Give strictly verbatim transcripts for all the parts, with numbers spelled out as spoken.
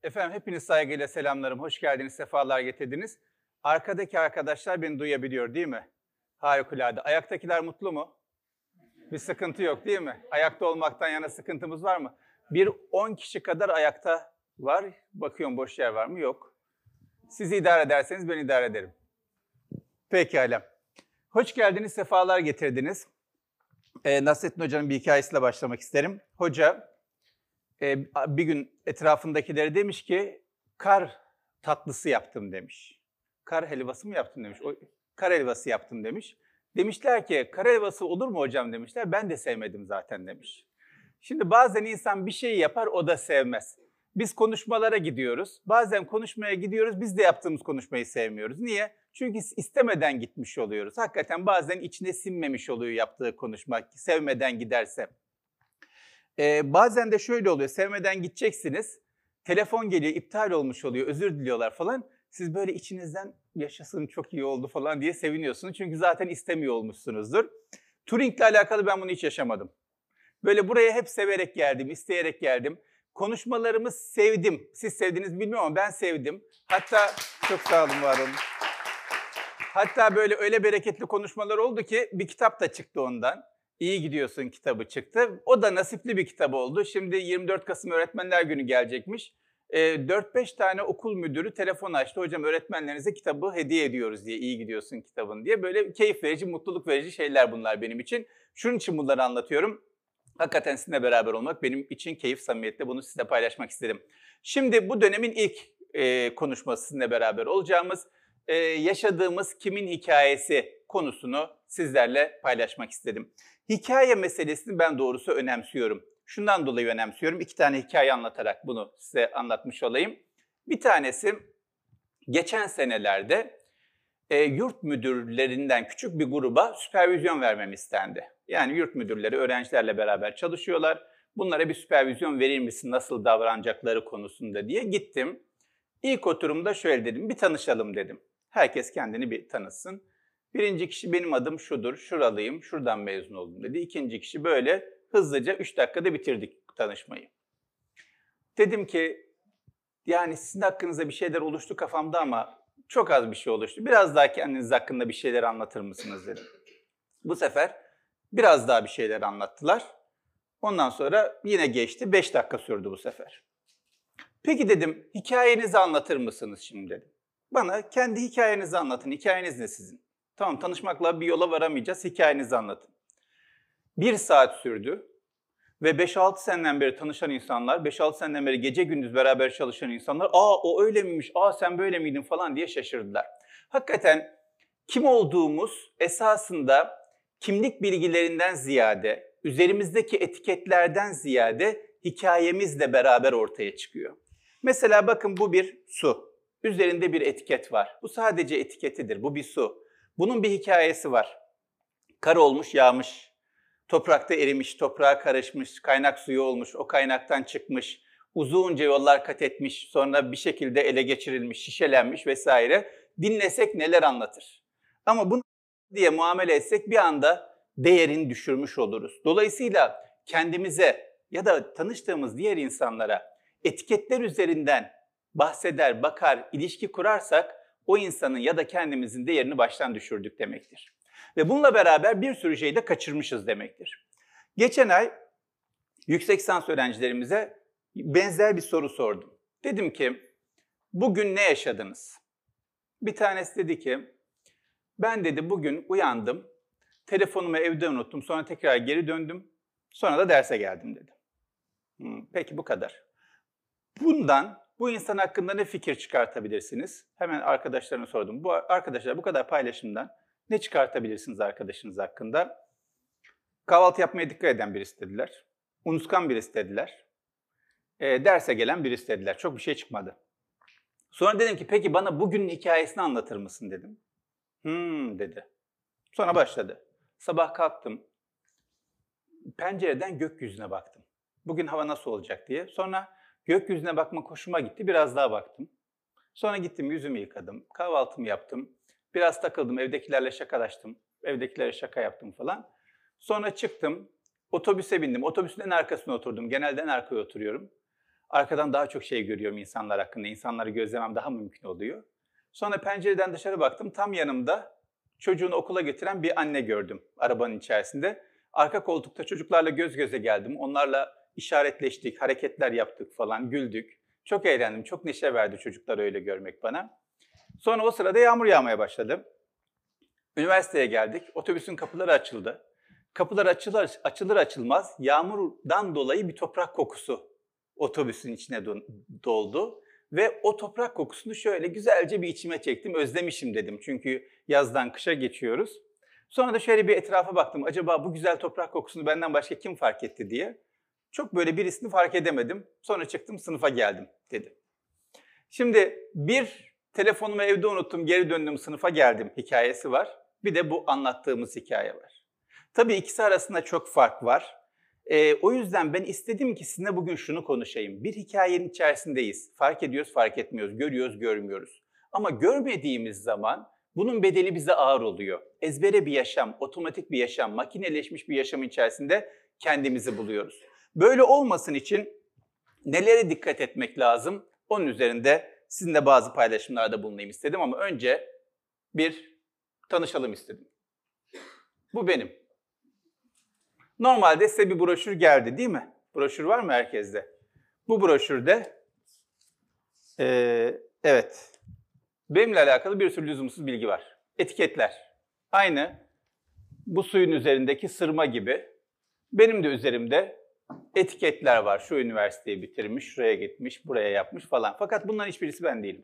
Efendim hepiniz saygıyla selamlarım. Hoş geldiniz, sefalar getirdiniz. Arkadaki arkadaşlar beni duyabiliyor değil mi? Harikulade. Ayaktakiler mutlu mu? Bir sıkıntı yok değil mi? Ayakta olmaktan yana sıkıntımız var mı? Bir on kişi kadar ayakta var. Bakıyorum boş yer var mı? Yok. Siz idare ederseniz ben idare ederim. Pekala. Hoş geldiniz, sefalar getirdiniz. Ee, Nasrettin Hoca'nın bir hikayesiyle başlamak isterim. Hoca e, bir gün etrafındakileri demiş ki, kar tatlısı yaptım demiş. Kar helvası mı yaptın demiş. O, kar helvası yaptım demiş. Demişler ki, kar helvası olur mu hocam demişler. Ben de sevmedim zaten demiş. Şimdi bazen insan bir şeyi yapar, o da sevmez. Biz konuşmalara gidiyoruz. Bazen konuşmaya gidiyoruz, biz de yaptığımız konuşmayı sevmiyoruz. Niye? Çünkü istemeden gitmiş oluyoruz. Hakikaten bazen içine sinmemiş oluyor yaptığı konuşma, sevmeden giderse. Ee, bazen de şöyle oluyor, sevmeden gideceksiniz, telefon geliyor, iptal olmuş oluyor, özür diliyorlar falan. Siz böyle içinizden yaşasın çok iyi oldu falan diye seviniyorsunuz. Çünkü zaten istemiyor olmuşsunuzdur. Turing'le alakalı ben bunu hiç yaşamadım. Böyle buraya hep severek geldim, isteyerek geldim. Konuşmalarımı sevdim. Siz sevdiniz bilmiyorum ama ben sevdim. Hatta çok sağ olun, var olun. Hatta böyle öyle bereketli konuşmalar oldu ki bir kitap da çıktı ondan. İyi Gidiyorsun kitabı çıktı. O da nasipli bir kitap oldu. Şimdi yirmi dört Kasım Öğretmenler Günü gelecekmiş. E, dört beş tane okul müdürü telefon açtı. Hocam öğretmenlerinize kitabı hediye ediyoruz diye, İyi Gidiyorsun kitabını diye. Böyle keyif verici, mutluluk verici şeyler bunlar benim için. Şunun için bunları anlatıyorum. Hakikaten sizinle beraber olmak benim için keyif, samimiyetle bunu sizinle paylaşmak istedim. Şimdi bu dönemin ilk e, konuşması sizinle beraber olacağımız, e, yaşadığımız kimin hikayesi konusunu sizlerle paylaşmak istedim. Hikaye meselesini ben doğrusu önemsiyorum. Şundan dolayı önemsiyorum. İki tane hikaye anlatarak bunu size anlatmış olayım. Bir tanesi geçen senelerde e, yurt müdürlerinden küçük bir gruba süpervizyon vermem istendi. Yani yurt müdürleri öğrencilerle beraber çalışıyorlar. Bunlara bir süpervizyon verir misin, nasıl davranacakları konusunda diye gittim. İlk oturumda şöyle dedim, bir tanışalım dedim. Herkes kendini bir tanısın. Birinci kişi benim adım şudur, şuralıyım, şuradan mezun oldum dedi. İkinci kişi böyle hızlıca üç dakikada bitirdik tanışmayı. Dedim ki, yani sizin hakkınızda bir şeyler oluştu kafamda ama çok az bir şey oluştu. Biraz daha kendiniz hakkında bir şeyler anlatır mısınız dedim. Bu sefer biraz daha bir şeyler anlattılar. Ondan sonra yine geçti, beş dakika sürdü bu sefer. Peki dedim, hikayenizi anlatır mısınız şimdi dedim. Bana kendi hikayenizi anlatın, hikayeniz ne sizin? Tamam, tanışmakla bir yola varamayacağız, hikayenizi anlatın. Bir saat sürdü ve beş altı seneden beri tanışan insanlar, beş altı seneden beri gece gündüz beraber çalışan insanlar, ''Aa o öyle miymiş, aa sen böyle miydin?'' falan diye şaşırdılar. Hakikaten kim olduğumuz esasında kimlik bilgilerinden ziyade, üzerimizdeki etiketlerden ziyade hikayemizle beraber ortaya çıkıyor. Mesela bakın, bu bir su. Üzerinde bir etiket var. Bu sadece etiketidir, bu bir su. Bunun bir hikayesi var. Kar olmuş, yağmış. Toprakta erimiş, toprağa karışmış, kaynak suyu olmuş, o kaynaktan çıkmış, uzunca yollar kat etmiş, sonra bir şekilde ele geçirilmiş, şişelenmiş vesaire. Dinlesek neler anlatır. Ama bunu diye muamele etsek bir anda değerini düşürmüş oluruz. Dolayısıyla kendimize ya da tanıştığımız diğer insanlara etiketler üzerinden bahseder, bakar, ilişki kurarsak o insanın ya da kendimizin değerini baştan düşürdük demektir. Ve bununla beraber bir sürü şeyi de kaçırmışız demektir. Geçen ay yüksek lisans öğrencilerimize benzer bir soru sordum. Dedim ki, bugün ne yaşadınız? Bir tanesi dedi ki, ben dedi bugün uyandım, telefonumu evde unuttum, sonra tekrar geri döndüm, sonra da derse geldim dedi. Hmm, peki bu kadar. Bundan, bu insan hakkında ne fikir çıkartabilirsiniz? Hemen arkadaşlarına sordum. Bu arkadaşlar bu kadar paylaşımdan ne çıkartabilirsiniz arkadaşınız hakkında? Kahvaltı yapmaya dikkat eden birisi dediler. Unutkan birisi dediler. E, derse gelen birisi dediler. Çok bir şey çıkmadı. Sonra dedim ki, peki bana bugünün hikayesini anlatır mısın dedim. Hmm dedi. Sonra başladı. Sabah kalktım. Pencereden gökyüzüne baktım. Bugün hava nasıl olacak diye. Sonra gökyüzüne bakmak hoşuma gitti. Biraz daha baktım. Sonra gittim, yüzümü yıkadım. Kahvaltımı yaptım. Biraz takıldım, evdekilerle şakalaştım. Evdekilere şaka yaptım falan. Sonra çıktım, otobüse bindim. Otobüsün en arkasına oturdum. Genelde en arkaya oturuyorum. Arkadan daha çok şey görüyorum insanlar hakkında. İnsanları gözlemem daha mümkün oluyor. Sonra pencereden dışarı baktım. Tam yanımda çocuğunu okula götüren bir anne gördüm arabanın içerisinde. Arka koltukta çocuklarla göz göze geldim. Onlarla işaretleştik, hareketler yaptık falan, güldük. Çok eğlendim, çok neşe verdi çocukları öyle görmek bana. Sonra o sırada yağmur yağmaya başladı. Üniversiteye geldik, otobüsün kapıları açıldı. Kapılar açılır, açılır açılmaz yağmurdan dolayı bir toprak kokusu otobüsün içine doldu. Ve o toprak kokusunu şöyle güzelce bir içime çektim, özlemişim dedim. Çünkü yazdan kışa geçiyoruz. Sonra da şöyle bir etrafa baktım, acaba bu güzel toprak kokusunu benden başka kim fark etti diye. Çok böyle birisini fark edemedim. Sonra çıktım, sınıfa geldim dedim. Şimdi bir telefonumu evde unuttum, geri döndüm, sınıfa geldim hikayesi var. Bir de bu anlattığımız hikaye var. Tabii ikisi arasında çok fark var. Ee, o yüzden ben istedim ki sizinle bugün şunu konuşayım. Bir hikayenin içerisindeyiz. Fark ediyoruz, fark etmiyoruz. Görüyoruz, görmüyoruz. Ama görmediğimiz zaman bunun bedeli bize ağır oluyor. Ezbere bir yaşam, otomatik bir yaşam, makineleşmiş bir yaşam içerisinde kendimizi buluyoruz. Böyle olmasın için nelere dikkat etmek lazım? Onun üzerinde sizinle bazı paylaşımlarda bulunayım istedim ama önce bir tanışalım istedim. Bu benim. Normalde size bir broşür geldi değil mi? Broşür var mı herkeste? Bu broşürde, e, evet, benimle alakalı bir sürü lüzumsuz bilgi var. Etiketler. Aynı bu suyun üzerindeki sırma gibi. Benim de üzerimde etiketler var. Şu üniversiteyi bitirmiş, şuraya gitmiş, buraya yapmış falan. Fakat bunların hiçbirisi ben değilim.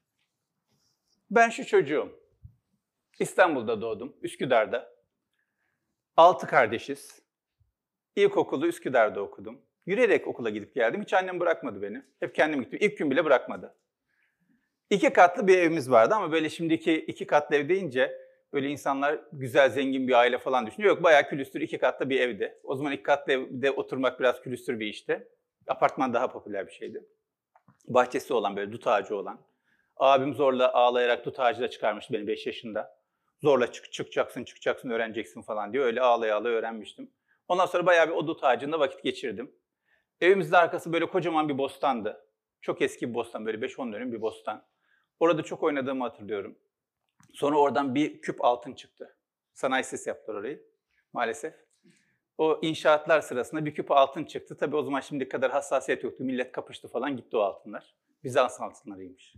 Ben şu çocuğum. İstanbul'da doğdum, Üsküdar'da. Altı kardeşiz. İlkokulu Üsküdar'da okudum. Yürüyerek okula gidip geldim. Hiç annem bırakmadı beni. Hep kendim gittim. İlk gün bile bırakmadı. İki katlı bir evimiz vardı ama böyle şimdiki iki katlı ev deyince böyle insanlar güzel, zengin bir aile falan düşünüyor. Yok, bayağı külüstür iki katlı bir evdi. O zaman iki katlı evde oturmak biraz külüstür bir işti. Apartman daha popüler bir şeydi. Bahçesi olan, böyle dut ağacı olan. Abim zorla ağlayarak dut ağacına çıkarmıştı beni beş yaşında. Zorla çık, çıkacaksın, çıkacaksın, öğreneceksin falan diyor. Öyle ağlaya ağlaya öğrenmiştim. Ondan sonra bayağı bir o dut ağacında vakit geçirdim. Evimizin arkası böyle kocaman bir bostandı. Çok eski bir bostan, böyle beş on dönüm bir bostan. Orada çok oynadığımı hatırlıyorum. Sonra oradan bir küp altın çıktı. Sanayi sitesi yaptılar orayı maalesef. O inşaatlar sırasında bir küp altın çıktı. Tabii o zaman şimdiki kadar hassasiyet yoktu. Millet kapıştı falan, gitti o altınlar. Bizans altınlarıymış.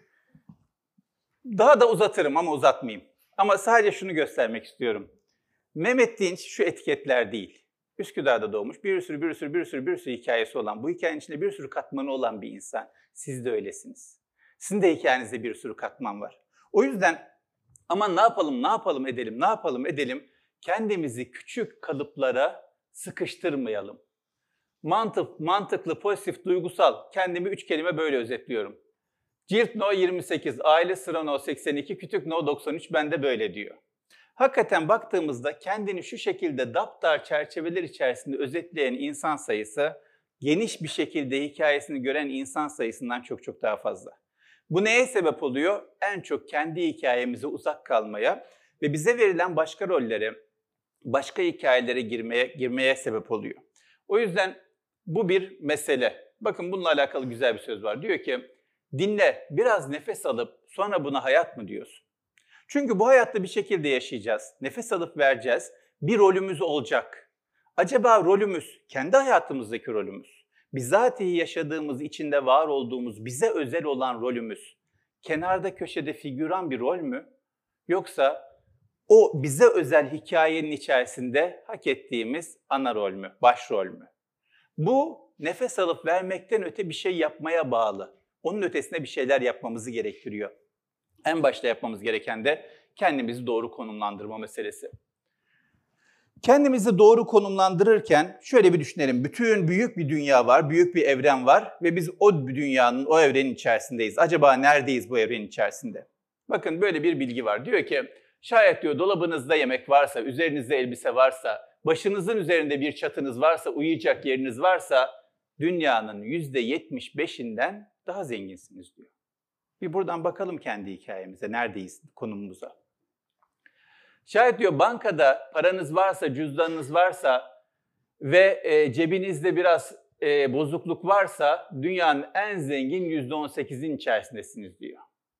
Daha da uzatırım ama uzatmayayım. Ama sadece şunu göstermek istiyorum. Mehmet Dinç şu etiketler değil. Üsküdar'da doğmuş, bir sürü bir sürü bir sürü bir sürü hikayesi olan, bu hikayenin içinde bir sürü katmanı olan bir insan. Siz de öylesiniz. Sizin de hikayenizde bir sürü katman var. O yüzden aman ne yapalım, ne yapalım edelim, ne yapalım edelim, kendimizi küçük kalıplara sıkıştırmayalım. Mantık, mantıklı, pozitif, duygusal, kendimi üç kelime böyle özetliyorum. Cilt No yirmi sekiz, aile sıra No seksen iki, kütük No doksan üç, ben de böyle diyor. Hakikaten baktığımızda kendini şu şekilde daptar çerçeveler içerisinde özetleyen insan sayısı, geniş bir şekilde hikayesini gören insan sayısından çok çok daha fazla. Bu neye sebep oluyor? En çok kendi hikayemize uzak kalmaya ve bize verilen başka rollere, başka hikayelere girmeye, girmeye sebep oluyor. O yüzden bu bir mesele. Bakın bununla alakalı güzel bir söz var. Diyor ki, dinle, biraz nefes alıp sonra buna hayat mı diyorsun? Çünkü bu hayatta bir şekilde yaşayacağız. Nefes alıp vereceğiz. Bir rolümüz olacak. Acaba rolümüz, kendi hayatımızdaki rolümüz, bizatihi yaşadığımız, içinde var olduğumuz, bize özel olan rolümüz, kenarda köşede figüran bir rol mü? Yoksa o bize özel hikayenin içerisinde hak ettiğimiz ana rol mü, başrol mü? Bu nefes alıp vermekten öte bir şey yapmaya bağlı. Onun ötesinde bir şeyler yapmamızı gerektiriyor. En başta yapmamız gereken de kendimizi doğru konumlandırma meselesi. Kendimizi doğru konumlandırırken şöyle bir düşünelim. Bütün büyük bir dünya var, büyük bir evren var ve biz o dünyanın, o evrenin içerisindeyiz. Acaba neredeyiz bu evrenin içerisinde? Bakın böyle bir bilgi var. Diyor ki, şayet diyor dolabınızda yemek varsa, üzerinizde elbise varsa, başınızın üzerinde bir çatınız varsa, uyuyacak yeriniz varsa, dünyanın yüzde yetmiş beşinden daha zenginsiniz diyor. Bir buradan bakalım kendi hikayemize, neredeyiz, konumumuza. Şayet diyor bankada paranız varsa, cüzdanınız varsa ve e, cebinizde biraz e, bozukluk varsa dünyanın en zengin yüzde on sekizinin içerisindesiniz diyor.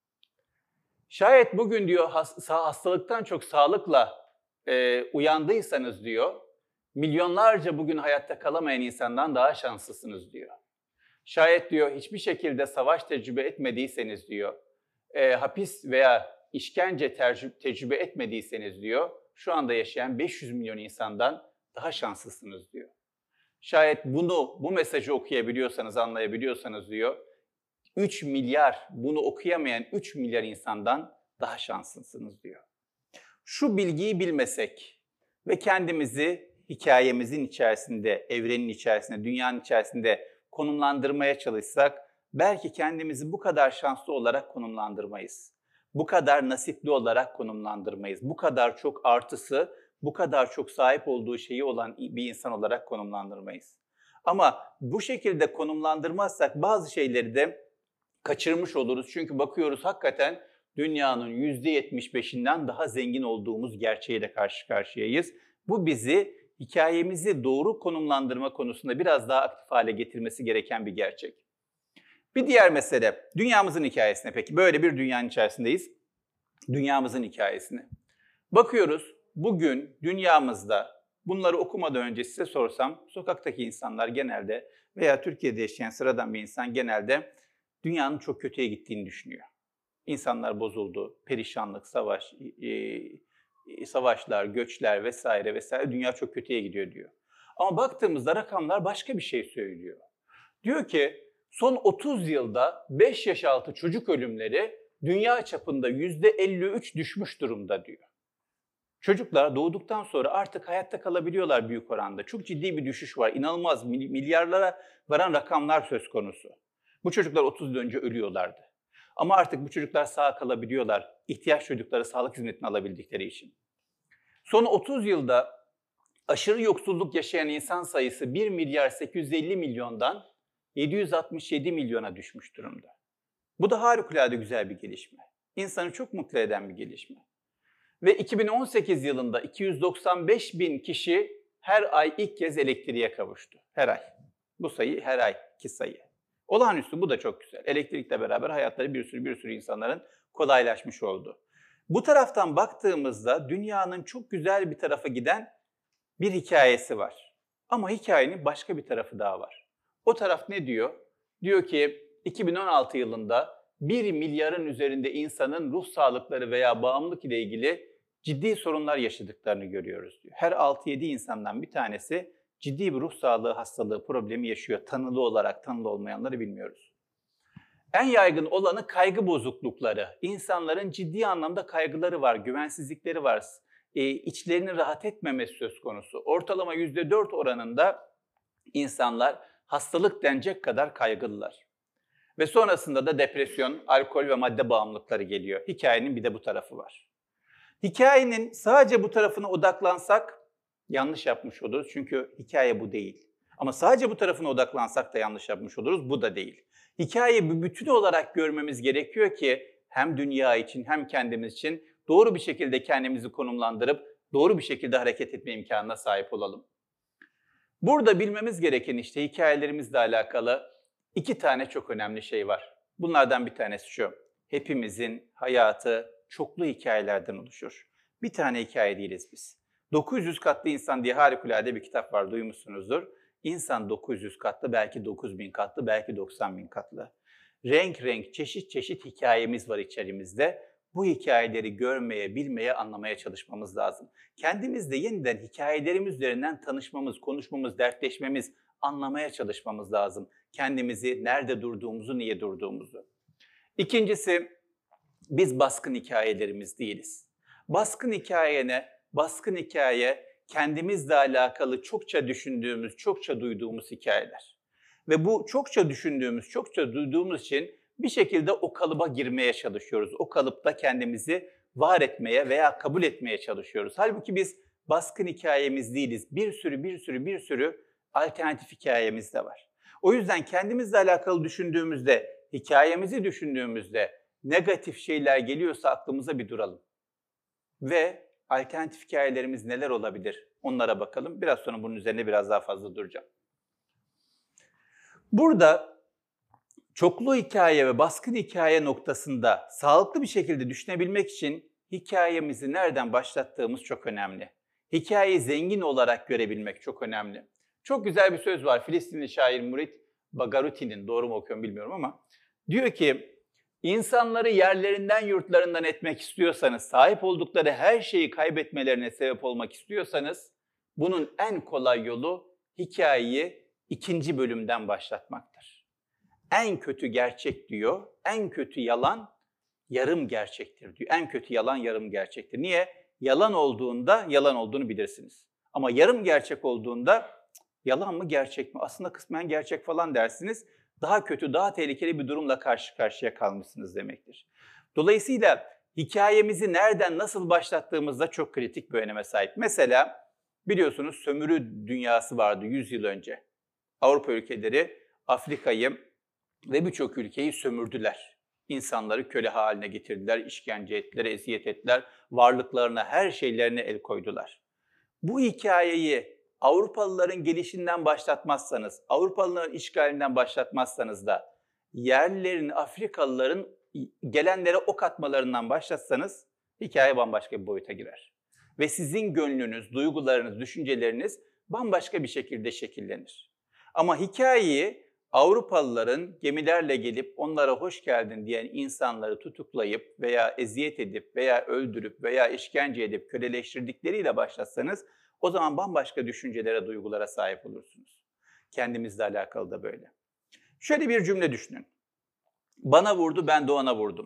Şayet bugün diyor hastalıktan çok sağlıkla e, uyandıysanız diyor, milyonlarca bugün hayatta kalamayan insandan daha şanslısınız diyor. Şayet diyor hiçbir şekilde savaş tecrübe etmediyseniz diyor, e, hapis veya işkence tercü- tecrübe etmediyseniz diyor, şu anda yaşayan beş yüz milyon insandan daha şanslısınız diyor. Şayet bunu, bu mesajı okuyabiliyorsanız, anlayabiliyorsanız diyor, üç milyar, bunu okuyamayan üç milyar insandan daha şanslısınız diyor. Şu bilgiyi bilmesek ve kendimizi hikayemizin içerisinde, evrenin içerisinde, dünyanın içerisinde konumlandırmaya çalışsak, belki kendimizi bu kadar şanslı olarak konumlandırmayız. Bu kadar nasipli olarak konumlandırmayız. Bu kadar çok artısı, bu kadar çok sahip olduğu şeyi olan bir insan olarak konumlandırmayız. Ama bu şekilde konumlandırmazsak bazı şeyleri de kaçırmış oluruz. Çünkü bakıyoruz hakikaten dünyanın yüzde yetmiş beşinden daha zengin olduğumuz gerçeğiyle karşı karşıyayız. Bu bizi hikayemizi doğru konumlandırma konusunda biraz daha aktif hale getirmesi gereken bir gerçek. Bir diğer mesele, dünyamızın hikayesine peki. Böyle bir dünyanın içerisindeyiz. Dünyamızın hikayesine. Bakıyoruz bugün dünyamızda, bunları okumadan önce size sorsam, sokaktaki insanlar genelde veya Türkiye'de yaşayan sıradan bir insan genelde dünyanın çok kötüye gittiğini düşünüyor. İnsanlar bozuldu, perişanlık, savaş, e, savaşlar, göçler vesaire vesaire, dünya çok kötüye gidiyor diyor. Ama baktığımızda rakamlar başka bir şey söylüyor. Diyor ki son otuz yılda beş yaş altı çocuk ölümleri dünya çapında yüzde elli üç düşmüş durumda diyor. Çocuklar doğduktan sonra artık hayatta kalabiliyorlar büyük oranda. Çok ciddi bir düşüş var. İnanılmaz milyarlara varan rakamlar söz konusu. Bu çocuklar otuz yıl önce ölüyorlardı. Ama artık bu çocuklar sağ kalabiliyorlar. İhtiyaç çocukları sağlık hizmetini alabildikleri için. Son otuz yılda aşırı yoksulluk yaşayan insan sayısı bir milyar sekiz yüz elli milyondan yedi yüz altmış yedi milyona düşmüş durumda. Bu da harikulade güzel bir gelişme. İnsanı çok mutlu eden bir gelişme. Ve iki bin on sekiz yılında iki yüz doksan beş bin kişi her ay ilk kez elektriğe kavuştu. Her ay. Bu sayı her ayki sayı. Olağanüstü, bu da çok güzel. Elektrikle beraber hayatları bir sürü bir sürü insanların kolaylaşmış oldu. Bu taraftan baktığımızda dünyanın çok güzel bir tarafa giden bir hikayesi var. Ama hikayenin başka bir tarafı daha var. O taraf ne diyor? Diyor ki iki bin on altı yılında bir milyarın üzerinde insanın ruh sağlıkları veya bağımlılık ile ilgili ciddi sorunlar yaşadıklarını görüyoruz diyor. Her altı yedi insandan bir tanesi ciddi bir ruh sağlığı hastalığı problemi yaşıyor. Tanılı olarak, tanılı olmayanları bilmiyoruz. En yaygın olanı kaygı bozuklukları. İnsanların ciddi anlamda kaygıları var, güvensizlikleri var. E, içlerinin rahat etmemesi söz konusu. Ortalama yüzde dört oranında insanlar hastalık denecek kadar kaygılılar. Ve sonrasında da depresyon, alkol ve madde bağımlılıkları geliyor. Hikayenin bir de bu tarafı var. Hikayenin sadece bu tarafına odaklansak yanlış yapmış oluruz. Çünkü hikaye bu değil. Ama sadece bu tarafına odaklansak da yanlış yapmış oluruz. Bu da değil. Hikayeyi bir bütün olarak görmemiz gerekiyor ki hem dünya için hem kendimiz için doğru bir şekilde kendimizi konumlandırıp doğru bir şekilde hareket etme imkanına sahip olalım. Burada bilmemiz gereken işte hikayelerimizle alakalı iki tane çok önemli şey var. Bunlardan bir tanesi şu. Hepimizin hayatı çoklu hikayelerden oluşur. Bir tane hikaye değiliz biz. dokuz yüz katlı insan diye harikulade bir kitap var, duymuşsunuzdur. İnsan dokuz yüz katlı, belki dokuz bin katlı, belki doksan bin katlı. Renk renk, çeşit çeşit hikayemiz var içerimizde. Bu hikayeleri görmeye, bilmeye, anlamaya çalışmamız lazım. Kendimizle yeniden hikayelerimiz üzerinden tanışmamız, konuşmamız, dertleşmemiz, anlamaya çalışmamız lazım. Kendimizi, nerede durduğumuzu, niye durduğumuzu. İkincisi, biz baskın hikayelerimiz değiliz. Baskın hikayene, baskın hikaye kendimizle alakalı çokça düşündüğümüz, çokça duyduğumuz hikayeler. Ve bu çokça düşündüğümüz, çokça duyduğumuz için bir şekilde o kalıba girmeye çalışıyoruz. O kalıpta kendimizi var etmeye veya kabul etmeye çalışıyoruz. Halbuki biz baskın hikayemiz değiliz. Bir sürü, bir sürü, bir sürü alternatif hikayemiz de var. O yüzden kendimizle alakalı düşündüğümüzde, hikayemizi düşündüğümüzde negatif şeyler geliyorsa aklımıza bir duralım. Ve alternatif hikayelerimiz neler olabilir? Onlara bakalım. Biraz sonra bunun üzerine biraz daha fazla duracağım. Burada çoklu hikaye ve baskın hikaye noktasında sağlıklı bir şekilde düşünebilmek için hikayemizi nereden başlattığımız çok önemli. Hikayeyi zengin olarak görebilmek çok önemli. Çok güzel bir söz var Filistinli şair Murit Bagaruti'nin, doğru mu okuyorum bilmiyorum ama, diyor ki, insanları yerlerinden yurtlarından etmek istiyorsanız, sahip oldukları her şeyi kaybetmelerine sebep olmak istiyorsanız, bunun en kolay yolu hikayeyi ikinci bölümden başlatmaktır. En kötü gerçek diyor, en kötü yalan yarım gerçektir diyor. En kötü yalan yarım gerçektir. Niye? Yalan olduğunda yalan olduğunu bilirsiniz. Ama yarım gerçek olduğunda yalan mı gerçek mi? Aslında kısmen gerçek falan dersiniz. Daha kötü, daha tehlikeli bir durumla karşı karşıya kalmışsınız demektir. Dolayısıyla hikayemizi nereden, nasıl başlattığımızda çok kritik bir öneme sahip. Mesela biliyorsunuz sömürü dünyası vardı yüz yıl önce. Avrupa ülkeleri Afrika'yı ve birçok ülkeyi sömürdüler. İnsanları köle haline getirdiler, işkence ettiler, eziyet ettiler, varlıklarına, her şeylerine el koydular. Bu hikayeyi Avrupalıların gelişinden başlatmazsanız, Avrupalıların işgalinden başlatmazsanız da yerlilerin, Afrikalıların gelenlere ok atmalarından başlatsanız hikaye bambaşka bir boyuta girer. Ve sizin gönlünüz, duygularınız, düşünceleriniz bambaşka bir şekilde şekillenir. Ama hikayeyi Avrupalıların gemilerle gelip onlara hoş geldin diyen insanları tutuklayıp veya eziyet edip veya öldürüp veya işkence edip köleleştirdikleriyle başlatsanız o zaman bambaşka düşüncelere, duygulara sahip olursunuz. Kendimizle alakalı da böyle. Şöyle bir cümle düşünün. Bana vurdu, ben de ona vurdum.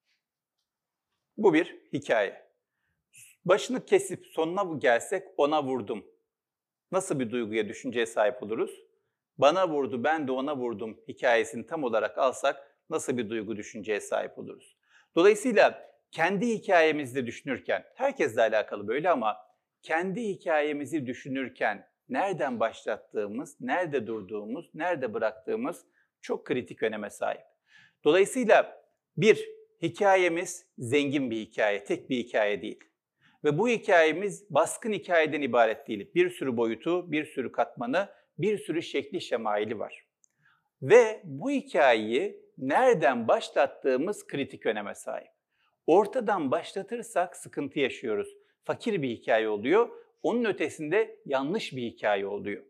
Bu bir hikaye. Başını kesip sonuna gelsek ona vurdum. Nasıl bir duyguya, düşünceye sahip oluruz? Bana vurdu, ben de ona vurdum hikayesini tam olarak alsak nasıl bir duygu, düşünceye sahip oluruz? Dolayısıyla kendi hikayemizde düşünürken, herkesle alakalı böyle ama kendi hikayemizi düşünürken nereden başlattığımız, nerede durduğumuz, nerede bıraktığımız çok kritik öneme sahip. Dolayısıyla bir, hikayemiz zengin bir hikaye, tek bir hikaye değil. Ve bu hikayemiz baskın hikayeden ibaret değil. Bir sürü boyutu, bir sürü katmanı, bir sürü şekli şemaili var. Ve bu hikayeyi nereden başlattığımız kritik öneme sahip. Ortadan başlatırsak sıkıntı yaşıyoruz. Fakir bir hikaye oluyor, onun ötesinde yanlış bir hikaye oluyor.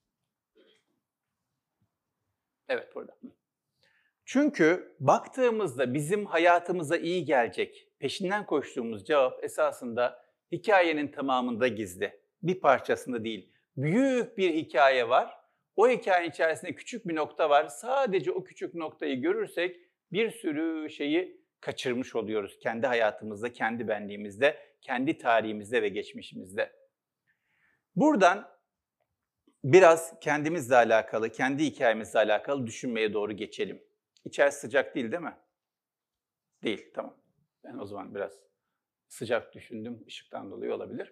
Evet, burada. Çünkü baktığımızda bizim hayatımıza iyi gelecek, peşinden koştuğumuz cevap esasında hikayenin tamamında gizli. Bir parçasında değil. Büyük bir hikaye var. O hikayenin içerisinde küçük bir nokta var. Sadece o küçük noktayı görürsek bir sürü şeyi kaçırmış oluyoruz. Kendi hayatımızda, kendi benliğimizde, kendi tarihimizde ve geçmişimizde. Buradan biraz kendimizle alakalı, kendi hikayemizle alakalı düşünmeye doğru geçelim. İçerisi sıcak değil değil mi? Değil, tamam. Ben o zaman biraz sıcak düşündüm, ışıktan dolayı olabilir.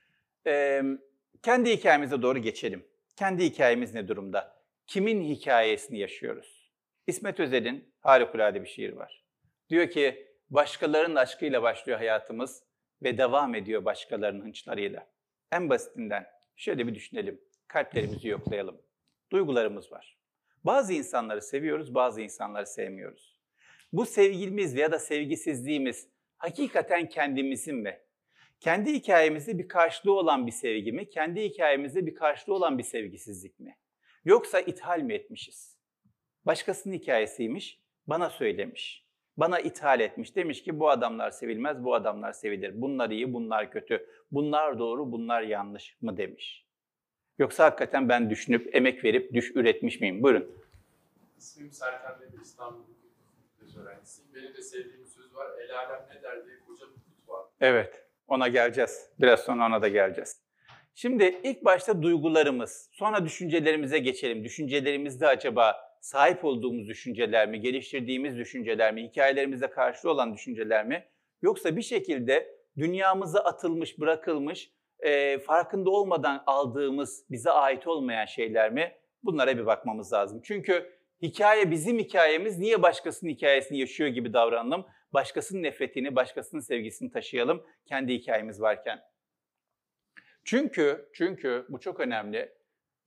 Ee, kendi hikayemize doğru geçelim. Kendi hikayemiz ne durumda? Kimin hikayesini yaşıyoruz? İsmet Özel'in harikulade bir şiir var. Diyor ki, başkalarının aşkıyla başlıyor hayatımız ve devam ediyor başkalarının hınçlarıyla. En basitinden şöyle bir düşünelim, kalplerimizi yoklayalım. Duygularımız var. Bazı insanları seviyoruz, bazı insanları sevmiyoruz. Bu sevgimiz ya da sevgisizliğimiz hakikaten kendimizin mi? Kendi hikayemizde bir karşılığı olan bir sevgi mi? Kendi hikayemizde bir karşılığı olan bir sevgisizlik mi? Yoksa ithal mi etmişiz? Başkasının hikayesiymiş, bana söylemiş. Bana ithal etmiş. Demiş ki bu adamlar sevilmez, bu adamlar sevilir. Bunlar iyi, bunlar kötü. Bunlar doğru, bunlar yanlış mı demiş. Yoksa hakikaten ben düşünüp, emek verip düş üretmiş miyim? Buyurun. İsmim Serkan Demir, İstanbul Hukuk öğrencisiyim. Benim de sevdiğim bir söz var. El alem ne der diye koca bir kut var. Evet, ona geleceğiz. Biraz sonra ona da geleceğiz. Şimdi ilk başta duygularımız, sonra düşüncelerimize geçelim. Düşüncelerimizde acaba sahip olduğumuz düşünceler mi, geliştirdiğimiz düşünceler mi, hikayelerimizde karşılığı olan düşünceler mi? Yoksa bir şekilde dünyamıza atılmış, bırakılmış, e, farkında olmadan aldığımız, bize ait olmayan şeyler mi? Bunlara bir bakmamız lazım. Çünkü hikaye bizim hikayemiz, niye başkasının hikayesini yaşıyor gibi davranalım? Başkasının nefretini, başkasının sevgisini taşıyalım kendi hikayemiz varken. Çünkü, çünkü bu çok önemli.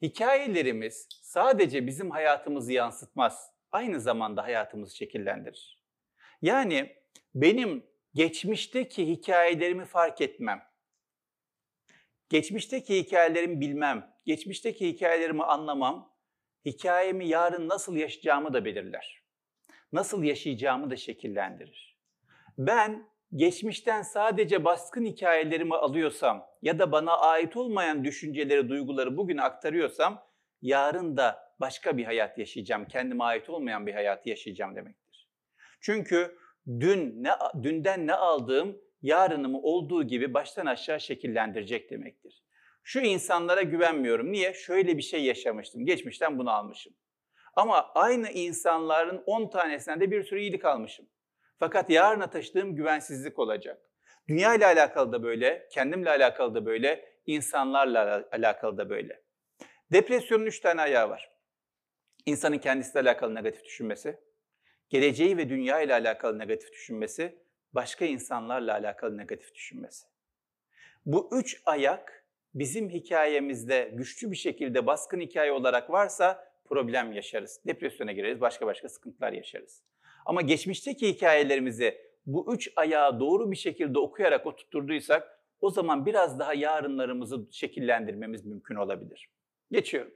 hikayelerimiz sadece bizim hayatımızı yansıtmaz, aynı zamanda hayatımızı şekillendirir. Yani benim geçmişteki hikayelerimi fark etmem, geçmişteki hikayelerimi bilmem, geçmişteki hikayelerimi anlamam, hikayemi yarın nasıl yaşayacağımı da belirler. Nasıl yaşayacağımı da şekillendirir. Ben geçmişten sadece baskın hikayelerimi alıyorsam ya da bana ait olmayan düşünceleri, duyguları bugüne aktarıyorsam, yarın da başka bir hayat yaşayacağım, kendime ait olmayan bir hayatı yaşayacağım demektir. Çünkü dün ne, dünden ne aldığım, yarınımı olduğu gibi baştan aşağı şekillendirecek demektir. Şu insanlara güvenmiyorum. Niye? Şöyle bir şey yaşamıştım. Geçmişten bunu almışım. Ama aynı insanların on tanesinden de bir sürü iyilik almışım. Fakat yarına taşıdığım güvensizlik olacak. Dünya ile alakalı da böyle, kendimle alakalı da böyle, insanlarla alakalı da böyle. Depresyonun üç tane ayağı var. İnsanın kendisiyle alakalı negatif düşünmesi, geleceği ve dünya ile alakalı negatif düşünmesi, başka insanlarla alakalı negatif düşünmesi. Bu üç ayak bizim hikayemizde güçlü bir şekilde baskın hikaye olarak varsa problem yaşarız. Depresyona gireriz, başka başka sıkıntılar yaşarız. Ama geçmişteki hikayelerimizi bu üç ayağı doğru bir şekilde okuyarak oturtturduysak o zaman biraz daha yarınlarımızı şekillendirmemiz mümkün olabilir. Geçiyorum.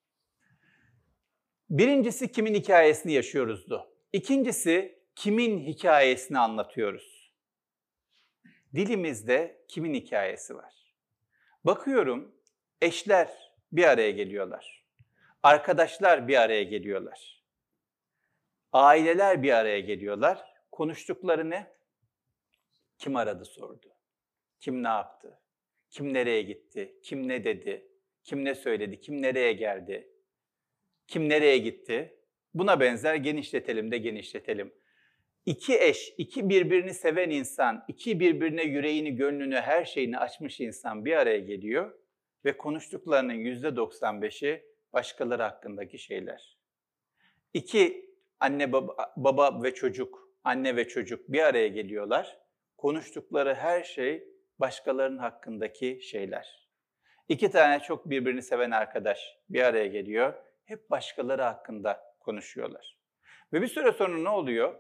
Birincisi kimin hikayesini yaşıyoruzdu. İkincisi kimin hikayesini anlatıyoruz. Dilimizde kimin hikayesi var? Bakıyorum eşler bir araya geliyorlar. Arkadaşlar bir araya geliyorlar. Aileler bir araya geliyorlar. Konuştukları ne? Kim aradı sordu? Kim ne yaptı? Kim nereye gitti? Kim ne dedi? Kim ne söyledi? Kim nereye geldi? Kim nereye gitti? Buna benzer genişletelim de genişletelim. İki eş, iki birbirini seven insan, iki birbirine yüreğini, gönlünü, her şeyini açmış insan bir araya geliyor ve konuştuklarının yüzde doksan beşi başkaları hakkındaki şeyler. İki anne baba, baba ve çocuk, anne ve çocuk bir araya geliyorlar. Konuştukları her şey başkalarının hakkındaki şeyler. İki tane çok birbirini seven arkadaş bir araya geliyor. Hep başkaları hakkında konuşuyorlar. Ve bir süre sonra ne oluyor?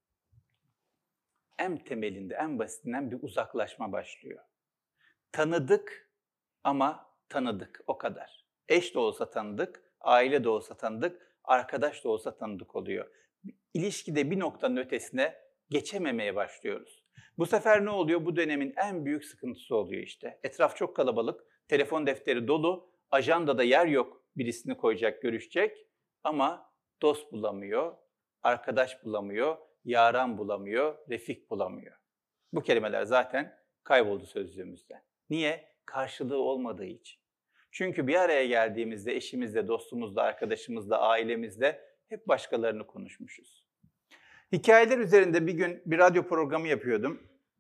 En temelinde, en basitinden bir uzaklaşma başlıyor. Tanıdık ama tanıdık, o kadar. Eş de olsa tanıdık, aile de olsa tanıdık, arkadaş da olsa tanıdık oluyor. İlişkide bir noktanın ötesine geçememeye başlıyoruz. Bu sefer ne oluyor? Bu dönemin en büyük sıkıntısı oluyor işte. Etraf çok kalabalık, telefon defteri dolu, ajandada yer yok birisini koyacak, görüşecek ama dost bulamıyor, arkadaş bulamıyor, yaran bulamıyor, refik bulamıyor. Bu kelimeler zaten kayboldu sözlüğümüzde. Niye? Karşılığı olmadığı için. Çünkü bir araya geldiğimizde eşimizle, dostumuzla, arkadaşımızla, ailemizle hep başkalarını konuşmuşuz. Hikayeler üzerinde bir gün bir radyo programı yapıyordum.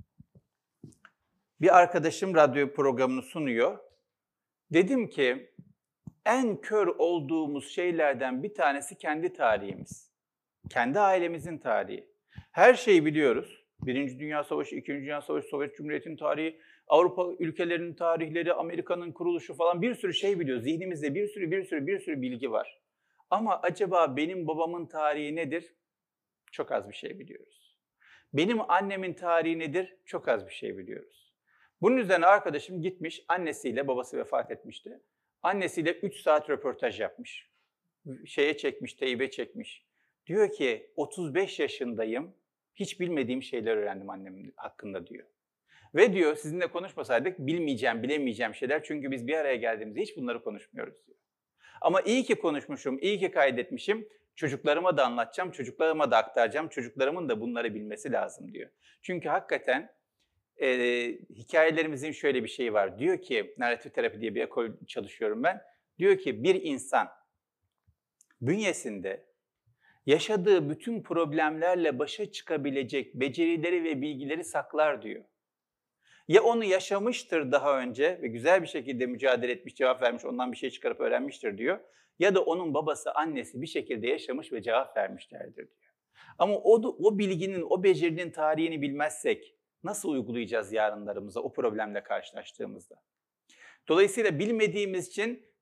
Bir arkadaşım radyo programını sunuyor. Dedim ki en kör olduğumuz şeylerden bir tanesi kendi tarihimiz. Kendi ailemizin tarihi. Her şeyi biliyoruz. Birinci Dünya Savaşı, İkinci Dünya Savaşı, Sovyet Cumhuriyeti'nin tarihi, Avrupa ülkelerinin tarihleri, Amerika'nın kuruluşu falan bir sürü şey biliyoruz. Zihnimizde bir sürü bir sürü bir sürü bilgi var. Ama acaba benim babamın tarihi nedir? Çok az bir şey biliyoruz. Benim annemin tarihi nedir? Çok az bir şey biliyoruz. Bunun üzerine arkadaşım gitmiş, annesiyle, babası vefat etmişti. Annesiyle üç saat röportaj yapmış. Şeye çekmiş, teybe çekmiş. Diyor ki otuz beş yaşındayım, hiç bilmediğim şeyler öğrendim annem hakkında diyor. Ve diyor sizinle konuşmasaydık bilmeyeceğim, bilemeyeceğim şeyler çünkü biz bir araya geldiğimizde hiç bunları konuşmuyoruz diyor. Ama iyi ki konuşmuşum, iyi ki kaydetmişim, çocuklarıma da anlatacağım, çocuklarıma da aktaracağım, çocuklarımın da bunları bilmesi lazım diyor. Çünkü hakikaten e, hikayelerimizin şöyle bir şeyi var. Diyor ki, narratif terapi diye bir ekol çalışıyorum ben, diyor ki bir insan bünyesinde yaşadığı bütün problemlerle başa çıkabilecek becerileri ve bilgileri saklar diyor. Ya onu yaşamıştır daha önce ve güzel bir şekilde mücadele etmiş, cevap vermiş, ondan bir şey çıkarıp öğrenmiştir diyor. Ya da onun babası, annesi bir şekilde yaşamış ve cevap vermişlerdir diyor. Ama o, o bilginin, o becerinin tarihini bilmezsek nasıl uygulayacağız yarınlarımıza o problemle karşılaştığımızda? Dolayısıyla bilmediğimiz için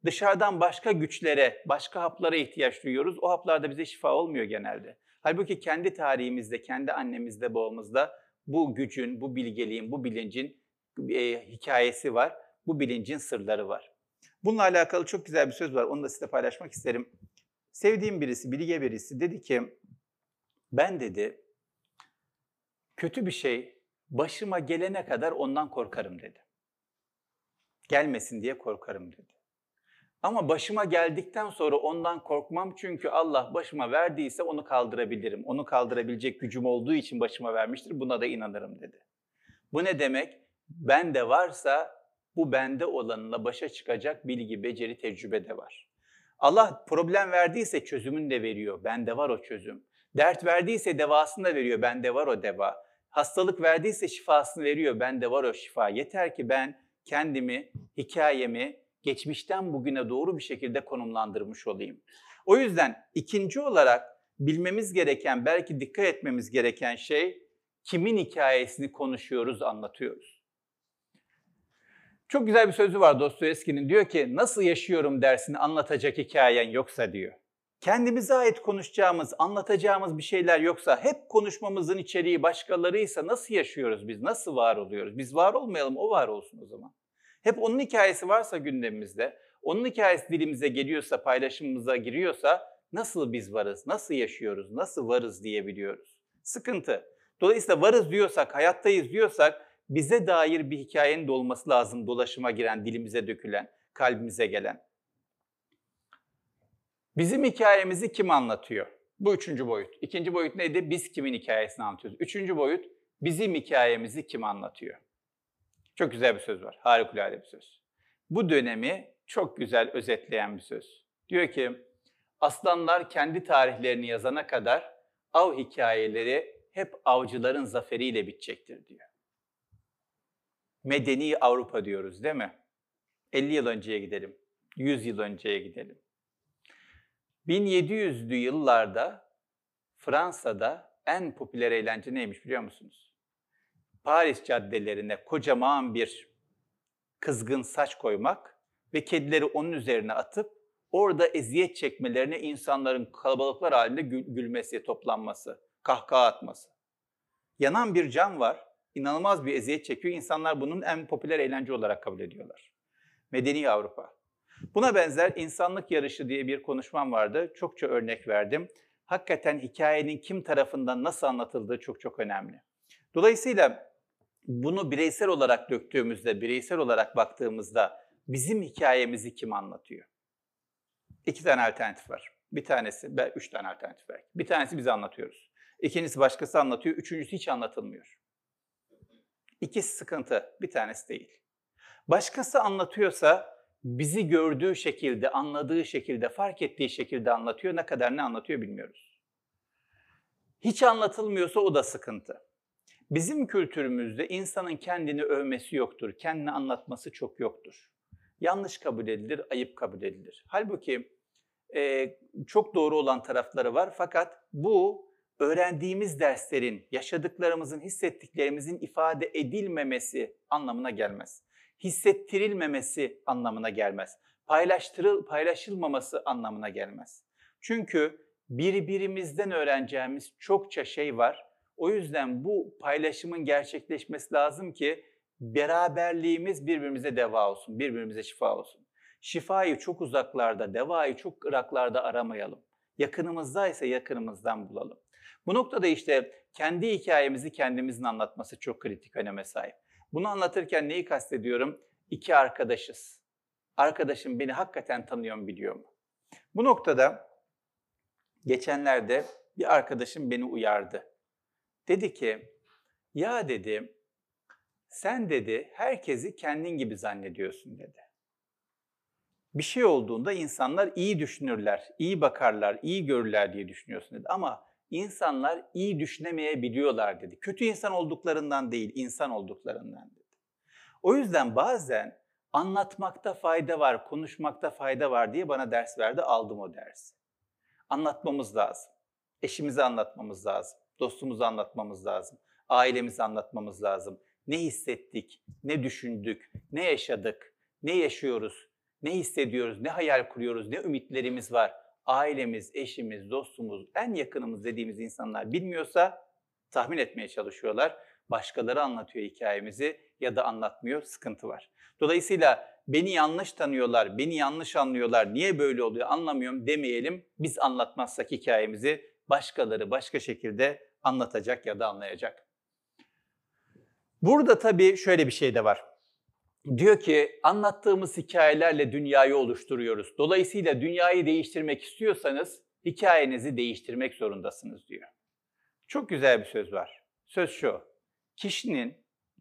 Dışarıdan başka güçlere, başka haplara ihtiyaç duyuyoruz. O haplar da bize şifa olmuyor genelde. Halbuki kendi tarihimizde, kendi annemizde, babamızda bu gücün, bu bilgeliğin, bu bilincin e, hikayesi var. Bu bilincin sırları var. Bununla alakalı çok güzel bir söz var. Onu da size paylaşmak isterim. Sevdiğim birisi, bilge birisi dedi ki, ben dedi, kötü bir şey başıma gelene kadar ondan korkarım dedi. Gelmesin diye korkarım dedi. Ama başıma geldikten sonra ondan korkmam çünkü Allah başıma verdiyse onu kaldırabilirim. Onu kaldırabilecek gücüm olduğu için başıma vermiştir. Buna da inanırım dedi. Bu ne demek? Bende varsa bu bende olanla başa çıkacak bilgi, beceri, tecrübe de var. Allah problem verdiyse çözümünü de veriyor. Bende var o çözüm. Dert verdiyse devasını da veriyor. Bende var o deva. Hastalık verdiyse şifasını veriyor. Bende var o şifa. Yeter ki ben kendimi, hikayemi geçmişten bugüne doğru bir şekilde konumlandırmış olayım. O yüzden ikinci olarak bilmemiz gereken, belki dikkat etmemiz gereken şey, kimin hikayesini konuşuyoruz, anlatıyoruz. Çok güzel bir sözü var Dostoyevski'nin. Diyor ki, nasıl yaşıyorum dersini anlatacak hikayen yoksa diyor. Kendimize ait konuşacağımız, anlatacağımız bir şeyler yoksa, hep konuşmamızın içeriği başkalarıysa nasıl yaşıyoruz biz, nasıl var oluyoruz? Biz var olmayalım, o var olsun o zaman. Hep onun hikayesi varsa gündemimizde, onun hikayesi dilimize geliyorsa, paylaşımımıza giriyorsa nasıl biz varız, nasıl yaşıyoruz, nasıl varız diyebiliyoruz. Sıkıntı. Dolayısıyla varız diyorsak, hayattayız diyorsak bize dair bir hikayenin de olması lazım, dolaşıma giren, dilimize dökülen, kalbimize gelen. Bizim hikayemizi kim anlatıyor? Bu üçüncü boyut. İkinci boyut neydi? Biz kimin hikayesini anlatıyoruz? Üçüncü boyut, bizim hikayemizi kim anlatıyor? Çok güzel bir söz var, harikulade bir söz. Bu dönemi çok güzel özetleyen bir söz. Diyor ki, aslanlar kendi tarihlerini yazana kadar av hikayeleri hep avcıların zaferiyle bitecektir diyor. Medeni Avrupa diyoruz değil mi? elli yıl önceye gidelim, yüz yıl önceye gidelim. bin yedi yüzlü yıllarda Fransa'da en popüler eğlence neymiş biliyor musunuz? Paris caddelerine kocaman bir kızgın saç koymak ve kedileri onun üzerine atıp orada eziyet çekmelerine insanların kalabalıklar halinde gül gülmesi, toplanması, kahkaha atması. Yanan bir cam var, inanılmaz bir eziyet çekiyor. İnsanlar bunun en popüler eğlence olarak kabul ediyorlar. Medeni Avrupa. Buna benzer insanlık yarışı diye bir konuşmam vardı. Çokça örnek verdim. Hakikaten hikayenin kim tarafından nasıl anlatıldığı çok çok önemli. Dolayısıyla bunu bireysel olarak döktüğümüzde, bireysel olarak baktığımızda bizim hikayemizi kim anlatıyor? İki tane alternatif var. Bir tanesi, üç tane alternatif var. Bir tanesi biz anlatıyoruz. İkincisi başkası anlatıyor, üçüncüsü hiç anlatılmıyor. İkisi sıkıntı, bir tanesi değil. Başkası anlatıyorsa bizi gördüğü şekilde, anladığı şekilde, fark ettiği şekilde anlatıyor. Ne kadar ne anlatıyor bilmiyoruz. Hiç anlatılmıyorsa o da sıkıntı. Bizim kültürümüzde insanın kendini övmesi yoktur, kendini anlatması çok yoktur. Yanlış kabul edilir, ayıp kabul edilir. Halbuki e, çok doğru olan tarafları var fakat bu öğrendiğimiz derslerin, yaşadıklarımızın, hissettiklerimizin ifade edilmemesi anlamına gelmez. Hissettirilmemesi anlamına gelmez. Paylaştırıl, paylaşılmaması anlamına gelmez. Çünkü birbirimizden öğreneceğimiz çokça şey var. O yüzden bu paylaşımın gerçekleşmesi lazım ki beraberliğimiz birbirimize deva olsun, birbirimize şifa olsun. Şifayı çok uzaklarda, devayı çok ıraklarda aramayalım. Yakınımızdaysa yakınımızdan bulalım. Bu noktada işte kendi hikayemizi kendimizin anlatması çok kritik öneme sahip. Bunu anlatırken neyi kastediyorum? İki arkadaşız. Arkadaşım beni hakikaten tanıyor mu, biliyor mu? Bu noktada geçenlerde bir arkadaşım beni uyardı. Dedi ki, ya dedi, sen dedi herkesi kendin gibi zannediyorsun dedi. Bir şey olduğunda insanlar iyi düşünürler, iyi bakarlar, iyi görürler diye düşünüyorsun dedi. Ama insanlar iyi düşünemeyebiliyorlar dedi. Kötü insan olduklarından değil, insan olduklarından dedi. O yüzden bazen anlatmakta fayda var, konuşmakta fayda var diye bana ders verdi, aldım o dersi. Anlatmamız lazım. Eşimize anlatmamız lazım. Dostumuza anlatmamız lazım. Ailemize anlatmamız lazım. Ne hissettik, ne düşündük, ne yaşadık, ne yaşıyoruz, Ne hissediyoruz, ne hayal kuruyoruz, ne ümitlerimiz var. Ailemiz, eşimiz, dostumuz, en yakınımız dediğimiz insanlar bilmiyorsa tahmin etmeye çalışıyorlar. Başkaları anlatıyor hikayemizi ya da anlatmıyor, sıkıntı var. Dolayısıyla beni yanlış tanıyorlar, beni yanlış anlıyorlar, niye böyle oluyor anlamıyorum demeyelim. Biz anlatmazsak hikayemizi başkaları başka şekilde anlatacak ya da anlayacak. Burada tabii şöyle bir şey de var. Diyor ki anlattığımız hikayelerle dünyayı oluşturuyoruz. Dolayısıyla dünyayı değiştirmek istiyorsanız hikayenizi değiştirmek zorundasınız diyor. Çok güzel bir söz var. Söz şu: kişinin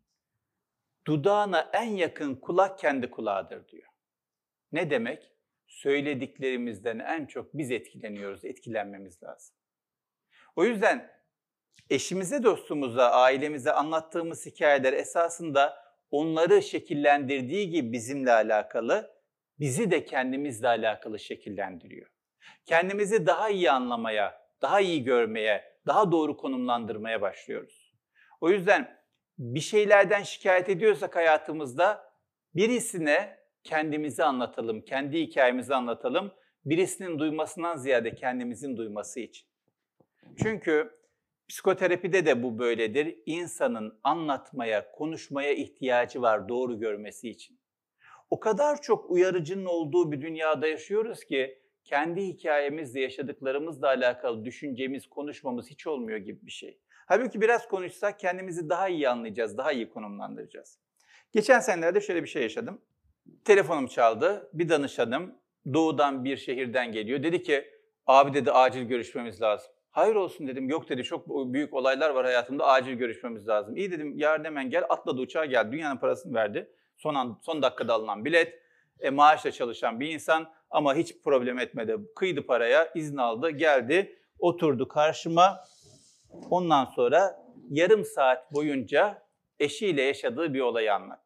dudağına en yakın kulak kendi kulağıdır diyor. Ne demek? Söylediklerimizden en çok biz etkileniyoruz, etkilenmemiz lazım. O yüzden eşimize, dostumuza, ailemize anlattığımız hikayeler esasında onları şekillendirdiği gibi bizimle alakalı, bizi de kendimizle alakalı şekillendiriyor. Kendimizi daha iyi anlamaya, daha iyi görmeye, daha doğru konumlandırmaya başlıyoruz. O yüzden bir şeylerden şikayet ediyorsak hayatımızda birisine kendimizi anlatalım, kendi hikayemizi anlatalım. Birisinin duymasından ziyade kendimizin duyması için. Çünkü psikoterapide de bu böyledir. İnsanın anlatmaya, konuşmaya ihtiyacı var doğru görmesi için. O kadar çok uyarıcının olduğu bir dünyada yaşıyoruz ki kendi hikayemizle, yaşadıklarımızla alakalı düşüncemiz, konuşmamız hiç olmuyor gibi bir şey. Halbuki biraz konuşsak kendimizi daha iyi anlayacağız, daha iyi konumlandıracağız. Geçen senelerde şöyle bir şey yaşadım. Telefonum çaldı, bir danışanım doğudan bir şehirden geliyor. Dedi ki, abi dedi acil görüşmemiz lazım. Hayır olsun dedim, yok dedi çok büyük olaylar var hayatımda, acil görüşmemiz lazım. İyi dedim, yarın hemen gel, atladı uçağa geldi, dünyanın parasını verdi. Son, an, son dakikada alınan bilet, e, maaşla çalışan bir insan ama hiç problem etmedi. Kıydı paraya, izin aldı, geldi, oturdu karşıma. Ondan sonra yarım saat boyunca eşiyle yaşadığı bir olayı anlattı.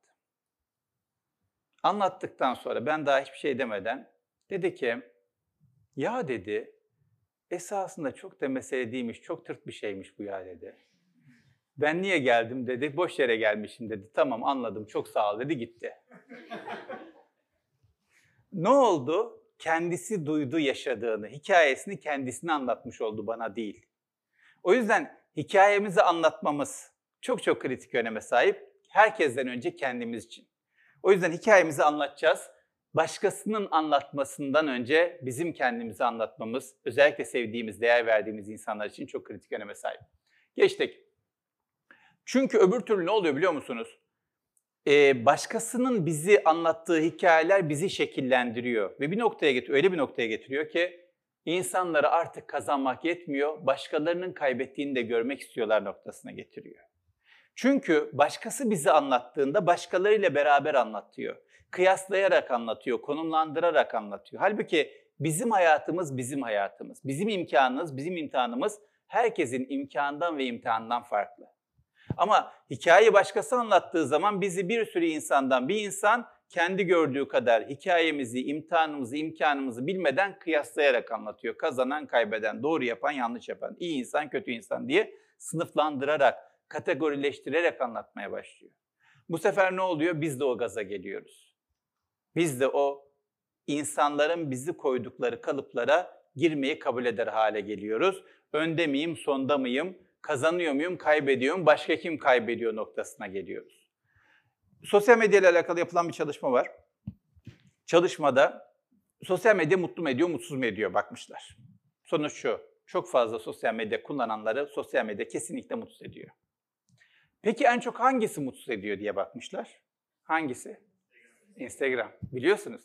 Anlattıktan sonra ben daha hiçbir şey demeden dedi ki, ya dedi, esasında çok da mesele değilmiş, çok tırt bir şeymiş bu ya dedi. Ben niye geldim dedi, boş yere gelmişim dedi. Tamam anladım, çok sağ ol dedi, gitti. Ne oldu? Kendisi duydu yaşadığını, hikayesini kendisine anlatmış oldu, bana değil. O yüzden hikayemizi anlatmamız çok çok kritik öneme sahip. Herkesten önce kendimiz için. O yüzden hikayemizi anlatacağız. Başkasının anlatmasından önce bizim kendimizi anlatmamız, özellikle sevdiğimiz, değer verdiğimiz insanlar için çok kritik öneme sahip. Geçtik. Çünkü öbür türlü ne oluyor biliyor musunuz? Ee, başkasının bizi anlattığı hikayeler bizi şekillendiriyor. Ve bir noktaya getiriyor, öyle bir noktaya getiriyor ki insanları artık kazanmak yetmiyor, başkalarının kaybettiğini de görmek istiyorlar noktasına getiriyor. Çünkü başkası bizi anlattığında başkalarıyla beraber anlatıyor. Kıyaslayarak anlatıyor, konumlandırarak anlatıyor. Halbuki bizim hayatımız bizim hayatımız. Bizim imkanımız, bizim imtihanımız herkesin imkanından ve imtihanından farklı. Ama hikayeyi başkası anlattığı zaman bizi bir sürü insandan bir insan kendi gördüğü kadar hikayemizi, imtihanımızı, imkanımızı bilmeden kıyaslayarak anlatıyor. Kazanan, kaybeden, doğru yapan, yanlış yapan, iyi insan, kötü insan diye sınıflandırarak, kategorileştirerek anlatmaya başlıyor. Bu sefer ne oluyor? Biz de o gaza geliyoruz. Biz de o insanların bizi koydukları kalıplara girmeyi kabul eder hale geliyoruz. Önde miyim, sonda mıyım, kazanıyor muyum, kaybediyor muyum, başka kim kaybediyor noktasına geliyoruz. Sosyal medya ile alakalı yapılan bir çalışma var. Çalışmada sosyal medya mutlu mu ediyor, mutsuz mu ediyor bakmışlar. Sonuç şu, çok fazla sosyal medya kullananları sosyal medya kesinlikle mutsuz ediyor. Peki en çok hangisi mutsuz ediyor diye bakmışlar. Hangisi? Instagram. Biliyorsunuz.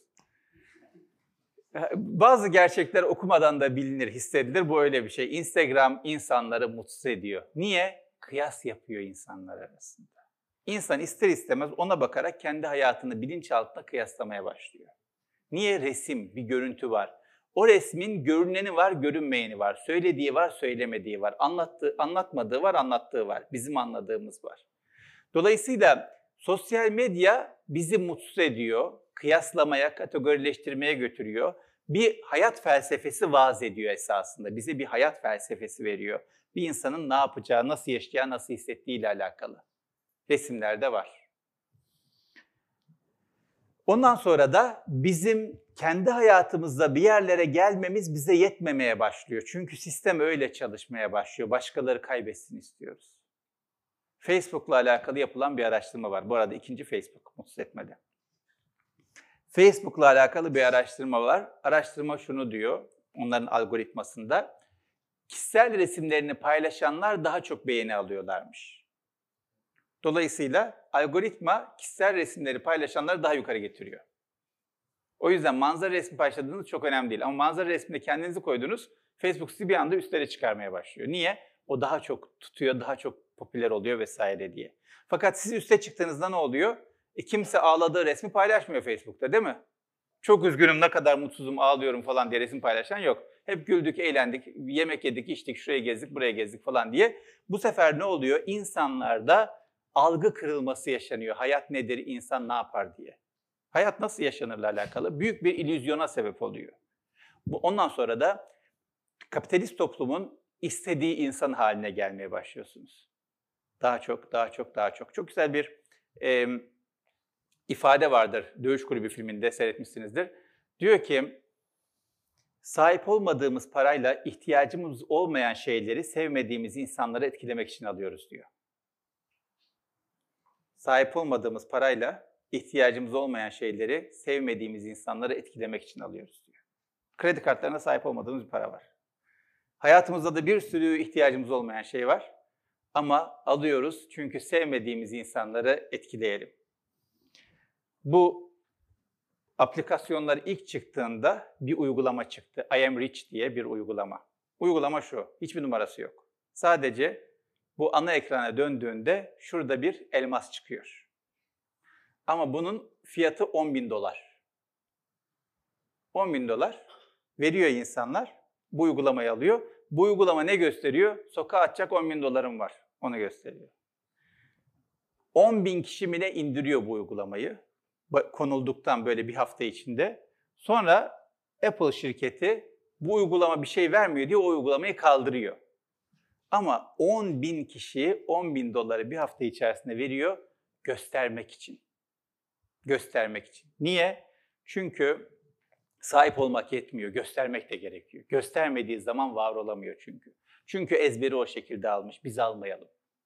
Bazı gerçekler okumadan da bilinir, hissedilir. Bu öyle bir şey. Instagram insanları mutsuz ediyor. Niye? Kıyas yapıyor insanlar arasında. İnsan ister istemez ona bakarak kendi hayatını bilinçaltında kıyaslamaya başlıyor. Niye? Resim, bir görüntü var. O resmin görüneni var, görünmeyeni var. Söylediği var, söylemediği var. Anlattığı, anlatmadığı var, anlattığı var. Bizim anladığımız var. Dolayısıyla sosyal medya bizi mutsuz ediyor, kıyaslamaya, kategorileştirmeye götürüyor. Bir hayat felsefesi vaaz ediyor esasında. Bize bir hayat felsefesi veriyor. Bir insanın ne yapacağı, nasıl yaşayacağı, nasıl hissettiği ile alakalı. Resimlerde var. Ondan sonra da bizim kendi hayatımızda bir yerlere gelmemiz bize yetmemeye başlıyor. Çünkü sistem öyle çalışmaya başlıyor. Başkaları kaybetsin istiyoruz. Facebook'la alakalı yapılan bir araştırma var. Bu arada ikinci Facebook, mutsuz etmedi. Facebook'la alakalı bir araştırma var. Araştırma şunu diyor, onların algoritmasında. Kişisel resimlerini paylaşanlar daha çok beğeni alıyorlarmış. Dolayısıyla algoritma kişisel resimleri paylaşanları daha yukarı getiriyor. O yüzden manzara resmi paylaştığınız çok önemli değil. Ama manzara resminde kendinizi koydunuz, Facebook sizi bir anda üstlere çıkarmaya başlıyor. Niye? O daha çok tutuyor, daha çok popüler oluyor vesaire diye. Fakat siz üste çıktığınızda ne oluyor? E, kimse ağladığı resmi paylaşmıyor Facebook'ta, değil mi? Çok üzgünüm, ne kadar mutsuzum, ağlıyorum falan diye resim paylaşan yok. Hep güldük, eğlendik, yemek yedik, içtik, şuraya gezdik, buraya gezdik falan diye. Bu sefer ne oluyor? İnsanlarda algı kırılması yaşanıyor. Hayat nedir, insan ne yapar diye. Hayat nasıl yaşanırla alakalı büyük bir illüzyona sebep oluyor. Ondan sonra da kapitalist toplumun istediği insan haline gelmeye başlıyorsunuz. Daha çok, daha çok, daha çok. Çok güzel bir e, ifade vardır. Dövüş Kulübü filminde seyretmişsinizdir. Diyor ki, sahip olmadığımız parayla ihtiyacımız olmayan şeyleri sevmediğimiz insanları etkilemek için alıyoruz diyor. Sahip olmadığımız parayla ihtiyacımız olmayan şeyleri sevmediğimiz insanları etkilemek için alıyoruz diyor. Kredi kartlarına sahip olmadığımız bir para var. Hayatımızda da bir sürü ihtiyacımız olmayan şey var. Ama alıyoruz çünkü sevmediğimiz insanları etkileyelim. Bu aplikasyonlar ilk çıktığında bir uygulama çıktı. I am rich diye bir uygulama. Uygulama şu, hiçbir numarası yok. Sadece bu ana ekrana döndüğünde şurada bir elmas çıkıyor. Ama bunun fiyatı on bin dolar. on bin dolar veriyor insanlar, bu uygulamayı alıyor. Bu uygulama ne gösteriyor? Sokağa atacak on bin dolarım var, onu gösteriyor. on bin kişi mi ne indiriyor bu uygulamayı? Konulduktan böyle bir hafta içinde. Sonra Apple şirketi bu uygulama bir şey vermiyor diye o uygulamayı kaldırıyor. Ama on bin kişi on bin doları bir hafta içerisinde veriyor göstermek için. Göstermek için. Niye? Çünkü sahip olmak yetmiyor, göstermek de gerekiyor. Göstermediği zaman var olamıyor çünkü. Çünkü ezberi o şekilde almış, biz almayalım.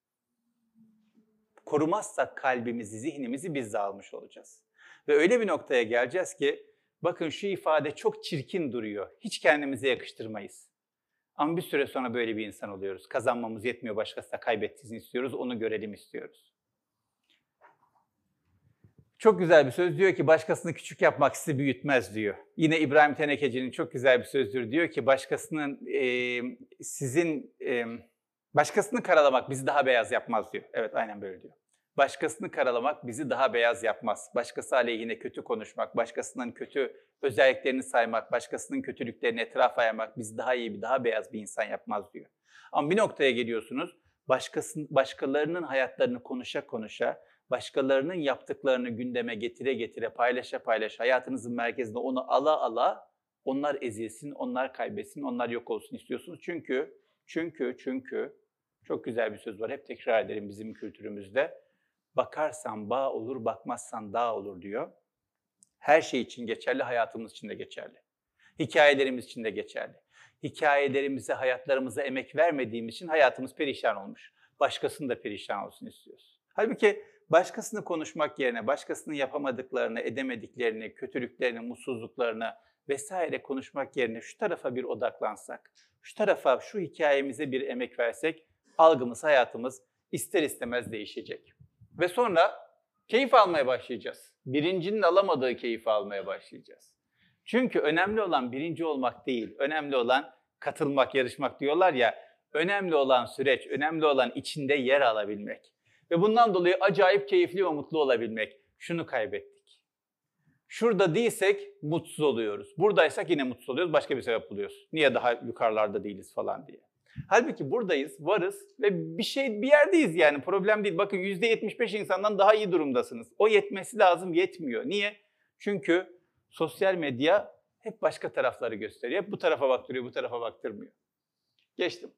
Korumazsak kalbimizi, zihnimizi biz de almış olacağız. Ve öyle bir noktaya geleceğiz ki, bakın şu ifade çok çirkin duruyor. Hiç kendimize yakıştırmayız. Ama bir süre sonra böyle bir insan oluyoruz. Kazanmamız yetmiyor, başkası da kaybettiğini istiyoruz, onu görelim istiyoruz. Çok güzel bir söz diyor ki, başkasını küçük yapmak sizi büyütmez diyor. Yine İbrahim Tenekeci'nin çok güzel bir sözdür diyor ki, başkasının e, sizin, e, başkasını karalamak bizi daha beyaz yapmaz diyor. Evet, aynen böyle diyor. Başkasını karalamak bizi daha beyaz yapmaz. Başkası aleyhine kötü konuşmak, başkasının kötü özelliklerini saymak, başkasının kötülüklerini etrafa yaymak bizi daha iyi, bir daha beyaz bir insan yapmaz diyor. Ama bir noktaya geliyorsunuz, başkasının, başkalarının hayatlarını konuşa konuşa, başkalarının yaptıklarını gündeme getire getire, paylaşa paylaşa, hayatınızın merkezinde onu ala ala, onlar ezilsin, onlar kaybetsin, onlar yok olsun istiyorsunuz. Çünkü, çünkü, çünkü, çok güzel bir söz var, hep tekrar ederim bizim kültürümüzde. Bakarsan bağ olur, bakmazsan dağ olur diyor. Her şey için geçerli, hayatımız için de geçerli. Hikayelerimiz için de geçerli. Hikayelerimize, hayatlarımıza emek vermediğimiz için hayatımız perişan olmuş. Başkasının da perişan olsun istiyoruz. Halbuki başkasını konuşmak yerine, başkasının yapamadıklarını, edemediklerini, kötülüklerini, mutsuzluklarını vesaire konuşmak yerine şu tarafa bir odaklansak, şu tarafa, şu hikayemize bir emek versek, algımız, hayatımız ister istemez değişecek. Ve sonra keyif almaya başlayacağız. Birincinin alamadığı keyif almaya başlayacağız. Çünkü önemli olan birinci olmak değil, önemli olan katılmak, yarışmak diyorlar ya, önemli olan süreç, önemli olan içinde yer alabilmek. Ve bundan dolayı acayip keyifli ve mutlu olabilmek. Şunu kaybettik. Şurada değilsek mutsuz oluyoruz. Buradaysak yine mutsuz oluyoruz, başka bir sebep buluyoruz. Niye daha yukarılarda değiliz falan diye. Halbuki buradayız, varız ve bir şey bir yerdeyiz yani, problem değil. Bakın yüzde yetmiş beş insandan daha iyi durumdasınız. O yetmesi lazım, yetmiyor. Niye? Çünkü sosyal medya hep başka tarafları gösteriyor. Hep bu tarafa baktırıyor, bu tarafa baktırmıyor. Geçtim.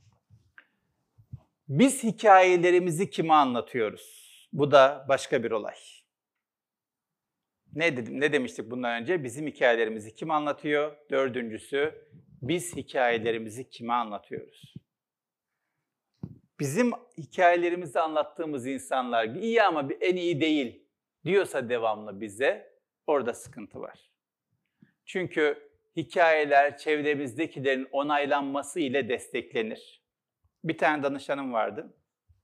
Biz hikayelerimizi kime anlatıyoruz? Bu da başka bir olay. Ne dedim, ne demiştik bundan önce? Bizim hikayelerimizi kim anlatıyor? Dördüncüsü, biz hikayelerimizi kime anlatıyoruz? Bizim hikayelerimizi anlattığımız insanlar iyi ama en iyi değil diyorsa devamlı bize, orada sıkıntı var. Çünkü hikayeler çevremizdekilerin onaylanması ile desteklenir. Bir tane danışanım vardı.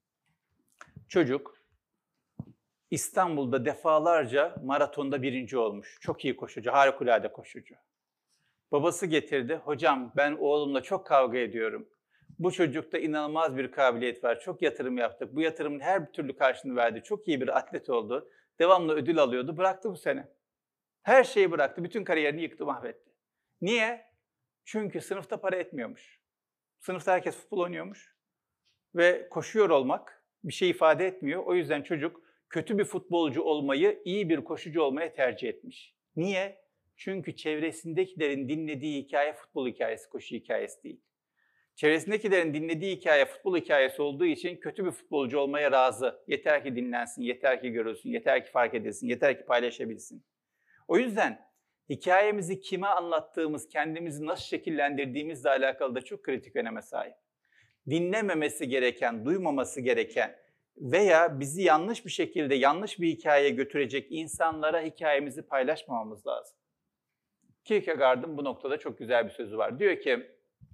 Çocuk İstanbul'da defalarca maratonda birinci olmuş. Çok iyi koşucu, harikulade koşucu. Babası getirdi. Hocam ben oğlumla çok kavga ediyorum. Bu çocukta inanılmaz bir kabiliyet var. Çok yatırım yaptık. Bu yatırımın her türlü karşılığını verdi. Çok iyi bir atlet oldu. Devamlı ödül alıyordu. Bıraktı bu sene. Her şeyi bıraktı. Bütün kariyerini yıktı, mahvetti. Niye? Çünkü sınıfta para etmiyormuş. Sınıfta herkes futbol oynuyormuş. Ve koşuyor olmak bir şey ifade etmiyor. O yüzden çocuk kötü bir futbolcu olmayı, iyi bir koşucu olmaya tercih etmiş. Niye? Çünkü çevresindekilerin dinlediği hikaye futbol hikayesi, koşu hikayesi değil. Çevresindekilerin dinlediği hikaye futbol hikayesi olduğu için kötü bir futbolcu olmaya razı. Yeter ki dinlensin, yeter ki görülsün, yeter ki fark edilsin, yeter ki paylaşabilsin. O yüzden hikayemizi kime anlattığımız, kendimizi nasıl şekillendirdiğimizle alakalı da çok kritik öneme sahip. Dinlememesi gereken, duymaması gereken veya bizi yanlış bir şekilde yanlış bir hikayeye götürecek insanlara hikayemizi paylaşmamamız lazım. Kierkegaard'ın bu noktada çok güzel bir sözü var. Diyor ki,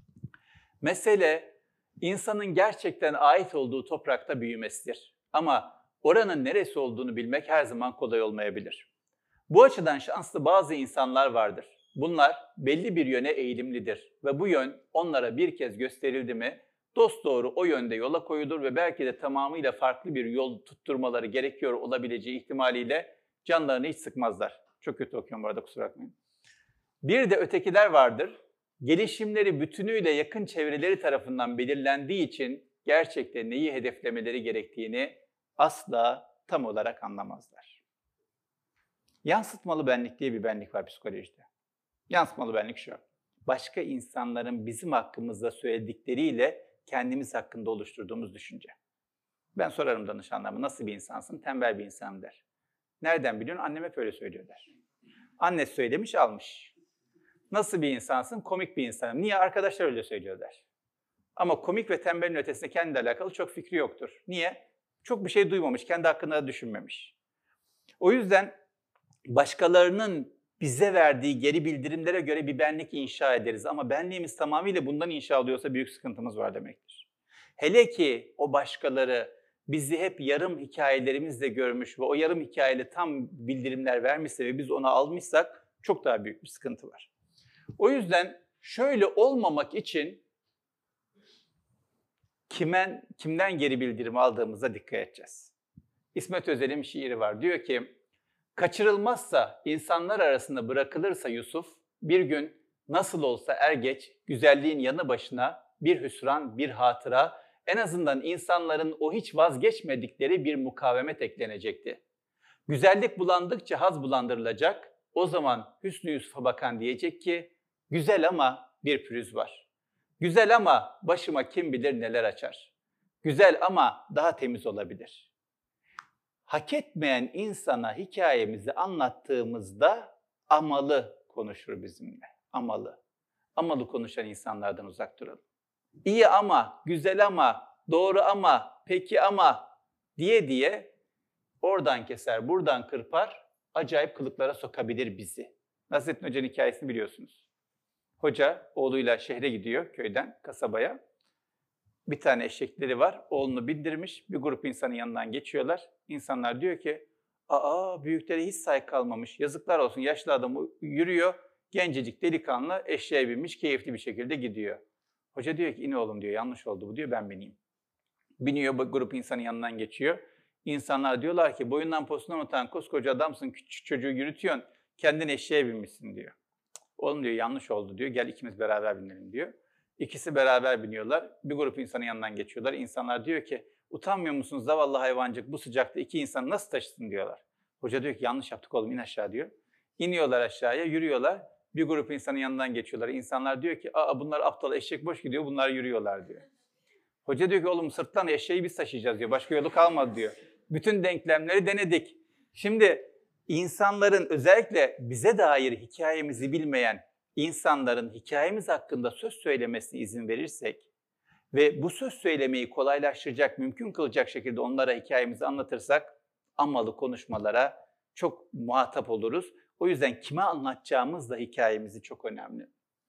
mesele insanın gerçekten ait olduğu toprakta büyümesidir. Ama oranın neresi olduğunu bilmek her zaman kolay olmayabilir. Bu açıdan şanslı bazı insanlar vardır. Bunlar belli bir yöne eğilimlidir ve bu yön onlara bir kez gösterildi mi dosdoğru o yönde yola koyulur ve belki de tamamıyla farklı bir yol tutturmaları gerekiyor olabileceği ihtimaliyle canlarını hiç sıkmazlar. Çok kötü okuyorum bu arada, kusura bakmayın. Bir de ötekiler vardır. Gelişimleri bütünüyle yakın çevreleri tarafından belirlendiği için gerçekten neyi hedeflemeleri gerektiğini asla tam olarak anlamazlar. Yansıtmalı benlik diye bir benlik var psikolojide. Yansıtmalı benlik şu: başka insanların bizim hakkımızda söyledikleriyle kendimiz hakkında oluşturduğumuz düşünce. Ben sorarım danışanlarıma, nasıl bir insansın? Tembel bir insan der. Nereden biliyorsun? Annem hep öyle söylüyor der. Annesi söylemiş, almış. Nasıl bir insansın? Komik bir insanım. Niye? Arkadaşlar öyle söylüyor der. Ama komik ve tembelin ötesinde kendiyle alakalı çok fikri yoktur. Niye? Çok bir şey duymamış, kendi hakkında da düşünmemiş. O yüzden başkalarının bize verdiği geri bildirimlere göre bir benlik inşa ederiz. Ama benliğimiz tamamıyla bundan inşa oluyorsa büyük sıkıntımız var demektir. Hele ki o başkaları bizi hep yarım hikayelerimizle görmüş ve o yarım hikayeli tam bildirimler vermişse ve biz onu almışsak çok daha büyük bir sıkıntı var. O yüzden şöyle olmamak için kimen, kimden geri bildirim aldığımıza dikkat edeceğiz. İsmet Özel'in bir şiiri var. Diyor ki, kaçırılmazsa, insanlar arasında bırakılırsa Yusuf, bir gün nasıl olsa er geç güzelliğin yanı başına bir hüsran, bir hatıra, en azından insanların o hiç vazgeçmedikleri bir mukavemet eklenecekti. Güzellik bulandıkça haz bulandırılacak, o zaman Hüsnü Yusuf'a bakan diyecek ki, güzel ama bir pürüz var. Güzel ama başıma kim bilir neler açar. Güzel ama daha temiz olabilir. Hak etmeyen insana hikayemizi anlattığımızda amalı konuşur bizimle. Amalı. Amalı konuşan insanlardan uzak duralım. İyi ama, güzel ama, doğru ama, peki ama diye diye oradan keser, buradan kırpar, acayip kılıklara sokabilir bizi. Nasrettin Hoca'nın hikayesini biliyorsunuz. Hoca oğluyla şehre gidiyor, köyden kasabaya. Bir tane eşekleri var, oğlunu bindirmiş, bir grup insanın yanından geçiyorlar. İnsanlar diyor ki, aa büyüklere hiç saygı kalmamış, yazıklar olsun, yaşlı adam yürüyor, gencecik delikanlı eşeğe binmiş, keyifli bir şekilde gidiyor. Hoca diyor ki, in oğlum diyor, yanlış oldu bu diyor, ben bineyim. Biniyor, bu grup insanın yanından geçiyor. İnsanlar diyorlar ki, boyundan posundan utan koskoca adamsın, küçük çocuğu yürütüyorsun, kendin eşeğe binmişsin diyor. Oğlum diyor, yanlış oldu diyor, gel ikimiz beraber binelim diyor. İkisi beraber biniyorlar, bir grup insanın yanından geçiyorlar. İnsanlar diyor ki, utanmıyor musunuz zavallı hayvancık, bu sıcakta iki insanı nasıl taşısın diyorlar. Hoca diyor ki, yanlış yaptık oğlum, in aşağı diyor. İniyorlar aşağıya, yürüyorlar. Bir grup insanın yanından geçiyorlar. İnsanlar diyor ki, aa bunlar aptal, eşek boş gidiyor, bunlar yürüyorlar diyor. Hoca diyor ki, oğlum sırtlan eşeği biz taşıyacağız diyor, başka yolu kalmadı diyor. Bütün denklemleri denedik. Şimdi İnsanların, özellikle bize dair hikayemizi bilmeyen insanların hikayemiz hakkında söz söylemesine izin verirsek ve bu söz söylemeyi kolaylaştıracak, mümkün kılacak şekilde onlara hikayemizi anlatırsak ammalı konuşmalara çok muhatap oluruz. O yüzden kime anlatacağımız da hikayemizi çok önemli.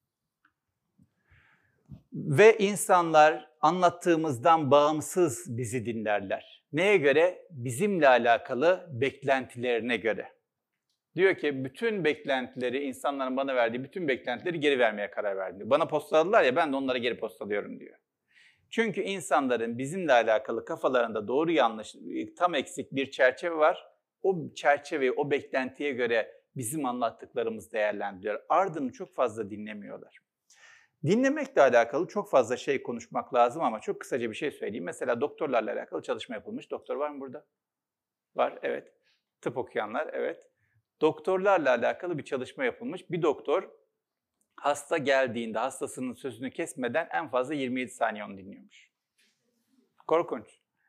Ve insanlar anlattığımızdan bağımsız bizi dinlerler. Neye göre? Bizimle alakalı beklentilerine göre. Diyor ki bütün beklentileri, insanların bana verdiği bütün beklentileri geri vermeye karar verdim diyor. Bana postaladılar ya, ben de onlara geri postalıyorum diyor. Çünkü insanların bizimle alakalı kafalarında doğru yanlış, tam eksik bir çerçeve var. O çerçeveyi, o beklentiye göre bizim anlattıklarımız değerlendiriyor. Ardını çok fazla dinlemiyorlar. Dinlemekle alakalı çok fazla şey konuşmak lazım ama çok kısaca bir şey söyleyeyim. Mesela doktorlarla alakalı çalışma yapılmış. Doktor var mı burada? Var, evet. Tıp okuyanlar, evet. Doktorlarla alakalı bir çalışma yapılmış. Bir doktor hasta geldiğinde hastasının sözünü kesmeden en fazla yirmi yedi saniye onu dinliyormuş. Korkunç.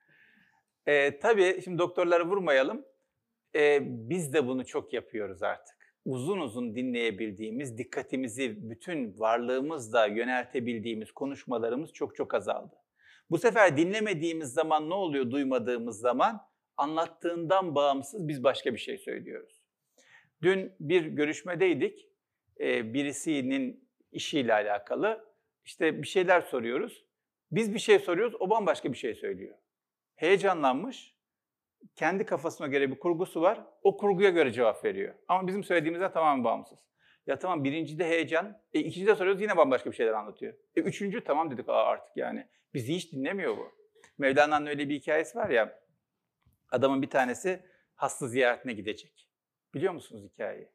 Ee, tabii şimdi doktorları vurmayalım. Ee, biz de bunu çok yapıyoruz artık. Uzun uzun dinleyebildiğimiz, dikkatimizi bütün varlığımızla yöneltebildiğimiz konuşmalarımız çok çok azaldı. Bu sefer dinlemediğimiz zaman ne oluyor, duymadığımız zaman? Anlattığından bağımsız biz başka bir şey söylüyoruz. Dün bir görüşmedeydik. Ee, birisinin işiyle alakalı. İşte bir şeyler soruyoruz. Biz bir şey soruyoruz, o bambaşka bir şey söylüyor. Heyecanlanmış. Kendi kafasına göre bir kurgusu var. O kurguya göre cevap veriyor. Ama bizim söylediğimizden tamamen bağımsız. Ya tamam, birinci de heyecan. E, ikinci de soruyoruz, yine bambaşka bir şeyler anlatıyor. E, üçüncü tamam dedik, aa artık yani. Bizi hiç dinlemiyor bu. Mevlana'nın öyle bir hikayesi var ya. Adamın bir tanesi hasta ziyaretine gidecek. Biliyor musunuz hikayeyi?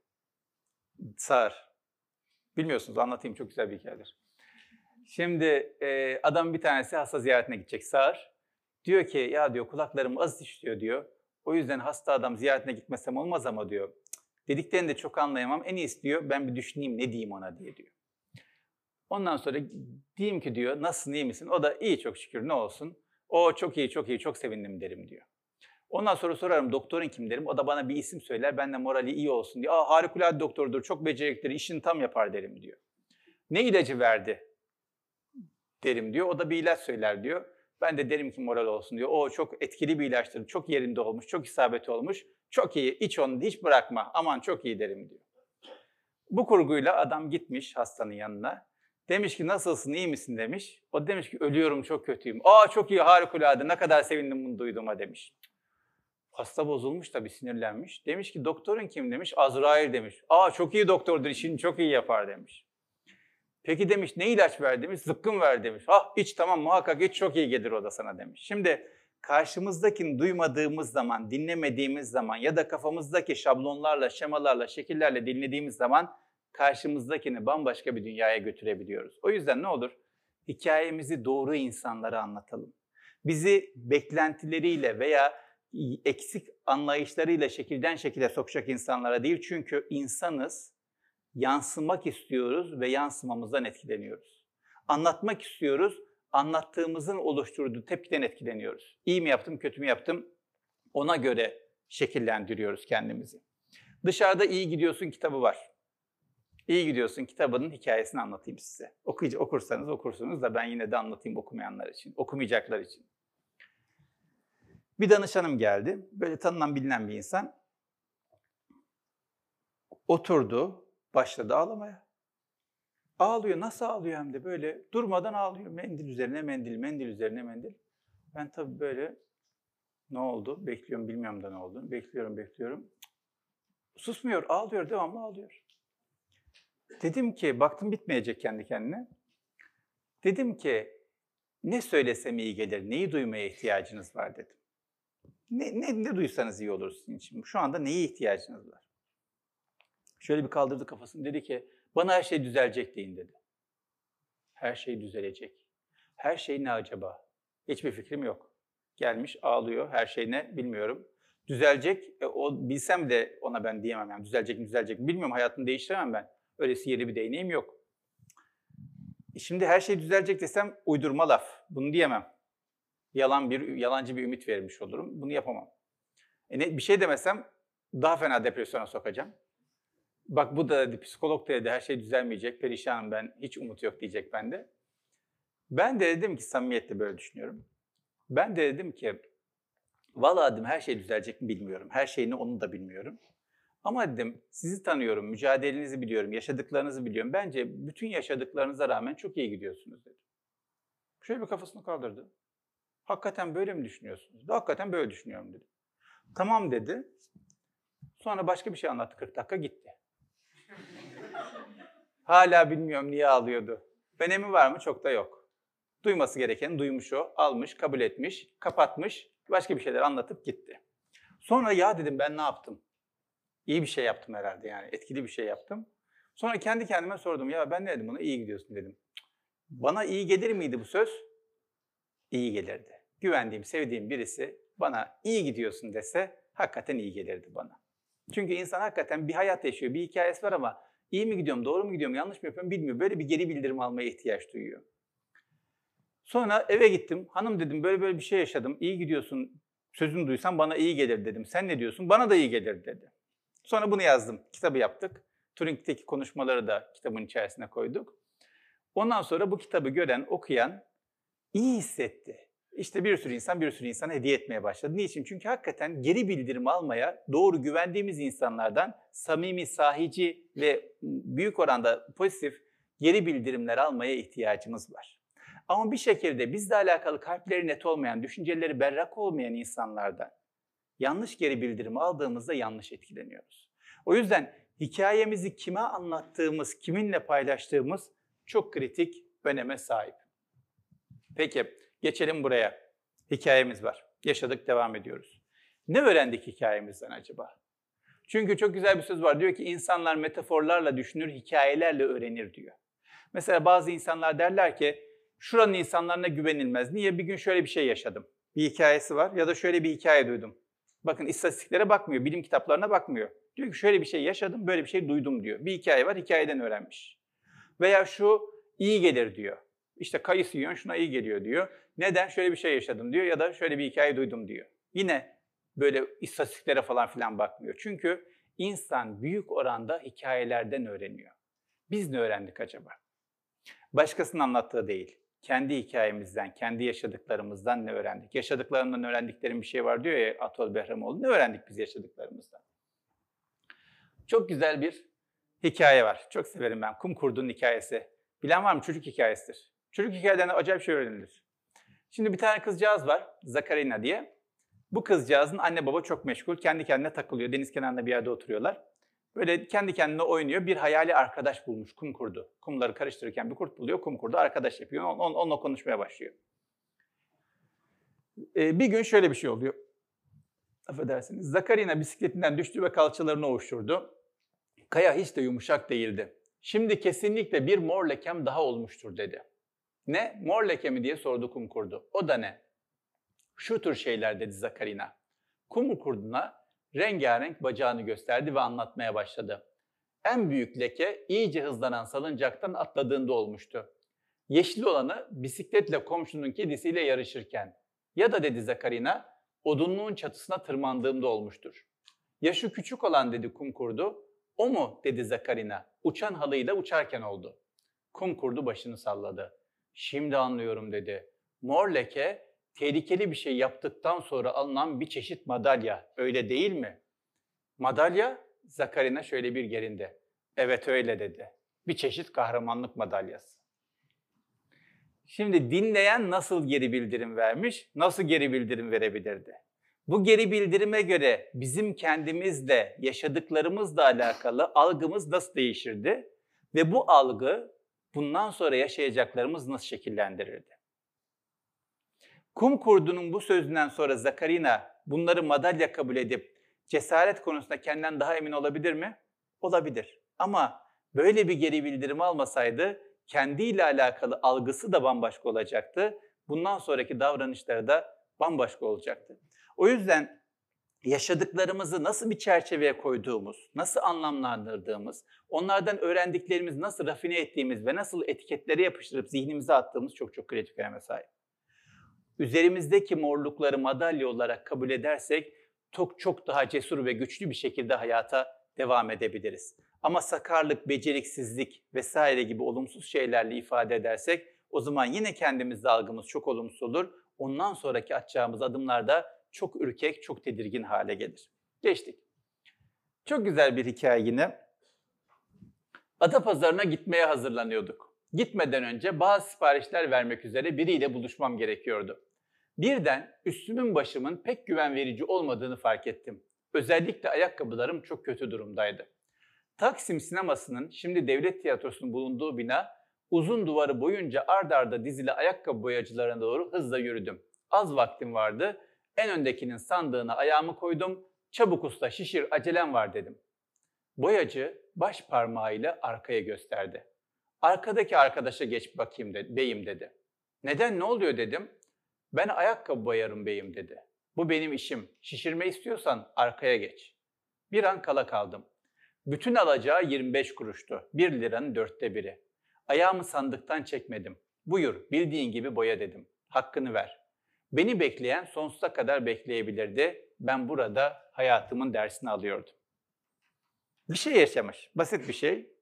Sağır. Bilmiyorsunuz, anlatayım, çok güzel bir hikayedir. Şimdi e, adam bir tanesi hasta ziyaretine gidecek, sağır. Diyor ki ya diyor kulaklarım az işliyor diyor. O yüzden hasta adam ziyaretine gitmesem olmaz ama diyor. Dediklerini de çok anlayamam, en iyisi diyor ben bir düşüneyim ne diyeyim ona diye diyor. Ondan sonra diyeyim ki diyor nasılsın, iyi misin? O da iyi çok şükür, ne olsun. O çok iyi çok iyi çok sevindim derim diyor. Ondan sonra sorarım doktorun kim derim. O da bana bir isim söyler, ben de morali iyi olsun diye. Aa harikulade doktordur, çok beceriklidir, işini tam yapar derim diyor. Ne ilacı verdi derim diyor. O da bir ilaç söyler diyor. Ben de derim ki moral olsun diyor. O çok etkili bir ilaçtır, çok yerinde olmuş, çok isabeti olmuş. Çok iyi, iç onu hiç bırakma, aman çok iyi derim diyor. Bu kurguyla adam gitmiş hastanın yanına. Demiş ki nasılsın, iyi misin demiş. O demiş ki ölüyorum, çok kötüyüm. Aa çok iyi, harikulade, ne kadar sevindim bunu duyduğuma demiş. Hasta bozulmuş tabii, sinirlenmiş. Demiş ki doktorun kim demiş. Azrail demiş. Aa çok iyi doktordur, işini çok iyi yapar demiş. Peki demiş ne ilaç ver demiş. Zıkkım ver demiş. Ah iç tamam muhakkak iç, çok iyi gelir o da sana demiş. Şimdi karşımızdakini duymadığımız zaman, dinlemediğimiz zaman ya da kafamızdaki şablonlarla, şemalarla, şekillerle dinlediğimiz zaman karşımızdakini bambaşka bir dünyaya götürebiliyoruz. O yüzden ne olur? Hikayemizi doğru insanlara anlatalım. Bizi beklentileriyle veya eksik anlayışlarıyla şekilden şekile sokacak insanlara değil. Çünkü insanız, yansımak istiyoruz ve yansımamızdan etkileniyoruz. Anlatmak istiyoruz, anlattığımızın oluşturduğu tepkiden etkileniyoruz. İyi mi yaptım, kötü mü yaptım? Ona göre şekillendiriyoruz kendimizi. Dışarıda iyi gidiyorsun kitabı var. İyi gidiyorsun kitabının hikayesini anlatayım size. Okuyucu, okursanız okursunuz da ben yine de anlatayım okumayanlar için, okumayacaklar için. Bir danışanım geldi. Böyle tanınan bilinen bir insan. Oturdu, başladı ağlamaya. Ağlıyor, nasıl ağlıyor hem de böyle durmadan ağlıyor. Mendil üzerine mendil, mendil üzerine mendil. Ben tabii böyle ne oldu? Bekliyorum, bilmiyorum da ne olduğunu. Bekliyorum, bekliyorum. Susmuyor, ağlıyor, devamlı ağlıyor. Dedim ki, baktım bitmeyecek kendi kendine. Dedim ki, ne söylesem iyi gelir, neyi duymaya ihtiyacınız var dedim. Ne, ne, ne duysanız iyi olur sizin için. Şu anda neye ihtiyacınız var? Şöyle bir kaldırdı kafasını, dedi ki, bana her şey düzelecek deyin dedi. Her şey düzelecek. Her şey ne acaba? Hiçbir fikrim yok. Gelmiş ağlıyor, her şey ne bilmiyorum. Düzelecek, e, o bilsem de ona ben diyemem. Yani düzelecek mi düzelecek mi bilmiyorum, hayatını değiştiremem ben. Öylesi yeri bir değneğim yok. E şimdi her şey düzelecek desem uydurma laf. Bunu diyemem. Yalan bir, yalancı bir ümit vermiş olurum. Bunu yapamam. E ne, bir şey demesem daha fena depresyona sokacağım. Bak bu da dedi, psikolog da dedi, her şey düzelmeyecek, perişanım ben, hiç umut yok diyecek bende. Ben de dedim ki, samimiyetle böyle düşünüyorum. Ben de dedim ki, vallahi dedim her şey düzelecek mi bilmiyorum. Her şeyini onu da bilmiyorum. Ama dedim sizi tanıyorum, mücadelenizi biliyorum, yaşadıklarınızı biliyorum. Bence bütün yaşadıklarınıza rağmen çok iyi gidiyorsunuz dedim. Şöyle bir kafasını kaldırdı. Hakikaten böyle mi düşünüyorsunuz? Hakikaten böyle düşünüyorum dedi. Tamam dedi. Sonra başka bir şey anlattı, kırk dakika gitti. Hala bilmiyorum niye ağlıyordu. Önemi var mı? Çok da yok. Duyması gerekeni duymuş o, almış, kabul etmiş, kapatmış, başka bir şeyler anlatıp gitti. Sonra ya dedim ben ne yaptım? İyi bir şey yaptım herhalde yani, etkili bir şey yaptım. Sonra kendi kendime sordum, ya ben ne dedim buna? İyi gidiyorsun dedim. Bana iyi gelir miydi bu söz? İyi gelirdi. Güvendiğim, sevdiğim birisi bana iyi gidiyorsun dese hakikaten iyi gelirdi bana. Çünkü insan hakikaten bir hayat yaşıyor, bir hikayesi var ama iyi mi gidiyorum, doğru mu gidiyorum, yanlış mı yapıyorum bilmiyor. Böyle bir geri bildirim almaya ihtiyaç duyuyor. Sonra eve gittim. Hanım dedim böyle böyle bir şey yaşadım. İyi gidiyorsun, sözünü duysam bana iyi gelir dedim. Sen ne diyorsun? Bana da iyi gelir dedi. Sonra bunu yazdım. Kitabı yaptık. Turing'deki konuşmaları da kitabın içerisine koyduk. Ondan sonra bu kitabı gören, okuyan iyi hissetti. İşte bir sürü insan bir sürü insana hediye etmeye başladı. Niçin? Çünkü hakikaten geri bildirim almaya doğru güvendiğimiz insanlardan samimi, sahici ve büyük oranda pozitif geri bildirimler almaya ihtiyacımız var. Ama bir şekilde bizle alakalı kalpleri net olmayan, düşünceleri berrak olmayan insanlardan yanlış geri bildirim aldığımızda yanlış etkileniyoruz. O yüzden hikayemizi kime anlattığımız, kiminle paylaştığımız çok kritik öneme sahip. Peki geçelim buraya. Hikayemiz var. Yaşadık, devam ediyoruz. Ne öğrendik hikayemizden acaba? Çünkü çok güzel bir söz var. Diyor ki insanlar metaforlarla düşünür, hikayelerle öğrenir diyor. Mesela bazı insanlar derler ki şuranın insanlarına güvenilmez. Niye? Bir gün şöyle bir şey yaşadım. Bir hikayesi var ya da şöyle bir hikaye duydum. Bakın istatistiklere bakmıyor, bilim kitaplarına bakmıyor. Diyor ki şöyle bir şey yaşadım, böyle bir şey duydum diyor. Bir hikaye var, hikayeden öğrenmiş. Veya şu iyi gelir diyor. İşte kayısı yiyorsun, şuna iyi geliyor diyor. Neden? Şöyle bir şey yaşadım diyor ya da şöyle bir hikaye duydum diyor. Yine böyle istatistiklere falan filan bakmıyor. Çünkü insan büyük oranda hikayelerden öğreniyor. Biz ne öğrendik acaba? Başkasının anlattığı değil. Kendi hikayemizden, kendi yaşadıklarımızdan ne öğrendik? Yaşadıklarımdan öğrendiklerim bir şey var diyor ya Atol Behramoğlu. Ne öğrendik biz yaşadıklarımızdan? Çok güzel bir hikaye var. Çok severim ben. Kum Kurdu'nun hikayesi. Bilen var mı? Çocuk hikayesidir. Çocuk hikayelerinden acayip şey öğrenilir. Şimdi bir tane kızcağız var, Zakarina diye. Bu kızcağızın anne baba çok meşgul, kendi kendine takılıyor. Deniz kenarında bir yerde oturuyorlar. Böyle kendi kendine oynuyor. Bir hayali arkadaş bulmuş, kum kurdu. Kumları karıştırırken bir kurt buluyor, kum kurdu arkadaş yapıyor. On, on, onunla konuşmaya başlıyor. Ee, bir gün şöyle bir şey oluyor. Affedersiniz. Zakarina bisikletinden düştü ve kalçalarını ovuşturdu. Kaya hiç de yumuşak değildi. Şimdi kesinlikle bir mor lekem daha olmuştur dedi. Ne? Mor leke mi diye sordu kum kurdu. O da ne? Şu tür şeyler dedi Zakarina. Kum kurduna rengarenk bacağını gösterdi ve anlatmaya başladı. En büyük leke iyice hızlanan salıncaktan atladığında olmuştu. Yeşil olanı bisikletle komşunun kedisiyle yarışırken. Ya da dedi Zakarina, odunluğun çatısına tırmandığımda olmuştur. Ya şu küçük olan dedi kum kurdu, o mu dedi Zakarina, uçan halıyla uçarken oldu. Kum kurdu başını salladı. Şimdi anlıyorum dedi. Mor leke tehlikeli bir şey yaptıktan sonra alınan bir çeşit madalya, öyle değil mi? Madalya, Zakarina şöyle bir gerindi. Evet öyle dedi. Bir çeşit kahramanlık madalyası. Şimdi dinleyen nasıl geri bildirim vermiş, nasıl geri bildirim verebilirdi? Bu geri bildirime göre bizim kendimizle, yaşadıklarımızla alakalı algımız nasıl değişirdi? Ve bu algı bundan sonra yaşayacaklarımız nasıl şekillendirirdi? Kum kurdunun bu sözünden sonra Zakarina bunları madalya kabul edip cesaret konusunda kendinden daha emin olabilir mi? Olabilir. Ama böyle bir geri bildirim almasaydı kendiyle alakalı algısı da bambaşka olacaktı. Bundan sonraki davranışları da bambaşka olacaktı. O yüzden yaşadıklarımızı nasıl bir çerçeveye koyduğumuz, nasıl anlamlandırdığımız, onlardan öğrendiklerimizi nasıl rafine ettiğimiz ve nasıl etiketlere yapıştırıp zihnimize attığımız çok çok kritik öneme sahip. Üzerimizdeki morlukları madalya olarak kabul edersek çok çok daha cesur ve güçlü bir şekilde hayata devam edebiliriz. Ama sakarlık, beceriksizlik vesaire gibi olumsuz şeylerle ifade edersek o zaman yine kendimizde algımız çok olumsuz olur. Ondan sonraki atacağımız adımlarda çok ürkek, çok tedirgin hale gelir. Geçtik. Çok güzel bir hikaye yine. Adapazarı'na gitmeye hazırlanıyorduk. Gitmeden önce bazı siparişler vermek üzere biriyle buluşmam gerekiyordu. Birden üstümün başımın pek güven verici olmadığını fark ettim. Özellikle ayakkabılarım çok kötü durumdaydı. Taksim sinemasının, şimdi Devlet Tiyatrosu'nun bulunduğu bina, uzun duvarı boyunca ard arda dizili ayakkabı boyacılarına doğru hızla yürüdüm. Az vaktim vardı. En öndekinin sandığına ayağımı koydum. "Çabuk usta, şişir, acelem var" dedim. Boyacı baş parmağıyla arkaya gösterdi. "Arkadaki arkadaşa geç bakayım de, beyim" dedi. "Neden, ne oluyor?" dedim. "Ben ayakkabı boyarım beyim" dedi. "Bu benim işim. Şişirme istiyorsan arkaya geç." Bir an kala kaldım. Bütün alacağı yirmi beş kuruştu. Bir liranın dörtte biri. Ayağımı sandıktan çekmedim. "Buyur, bildiğin gibi boya" dedim. "Hakkını ver." Beni bekleyen sonsuza kadar bekleyebilirdi. Ben burada hayatımın dersini alıyordum. Bir şey yaşamış, basit bir şey.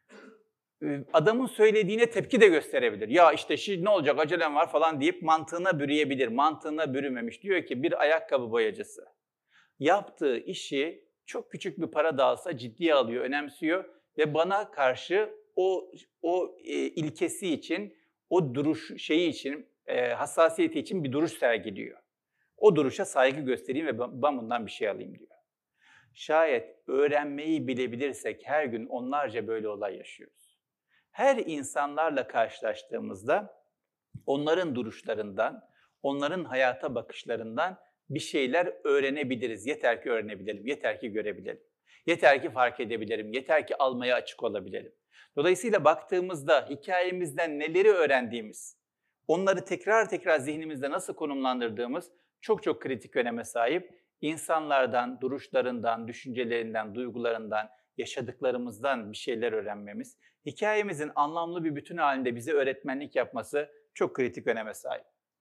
Adamın söylediğine tepki de gösterebilir. "Ya işte şimdi ne olacak, acelem var" falan deyip mantığına bürüyebilir. Mantığına bürümemiş. Diyor ki bir ayakkabı boyacısı yaptığı işi çok küçük bir para da alsa ciddiye alıyor, önemsiyor ve bana karşı o o e, ilkesi için, o duruş şeyi için, e, hassasiyeti için bir duruş sergiliyor. O duruşa saygı göstereyim ve ben bundan bir şey alayım diyor. Şayet öğrenmeyi bilebilirsek her gün onlarca böyle olay yaşıyoruz. Her insanlarla karşılaştığımızda onların duruşlarından, onların hayata bakışlarından bir şeyler öğrenebiliriz. Yeter ki öğrenebilelim, yeter ki görebilelim. Yeter ki fark edebilelim, yeter ki almaya açık olabilelim. Dolayısıyla baktığımızda hikayemizden neleri öğrendiğimiz, onları tekrar tekrar zihnimizde nasıl konumlandırdığımız çok çok kritik öneme sahip. İnsanlardan, duruşlarından, düşüncelerinden, duygularından, yaşadıklarımızdan bir şeyler öğrenmemiz, hikayemizin anlamlı bir bütün halinde bize öğretmenlik yapması çok kritik öneme sahip.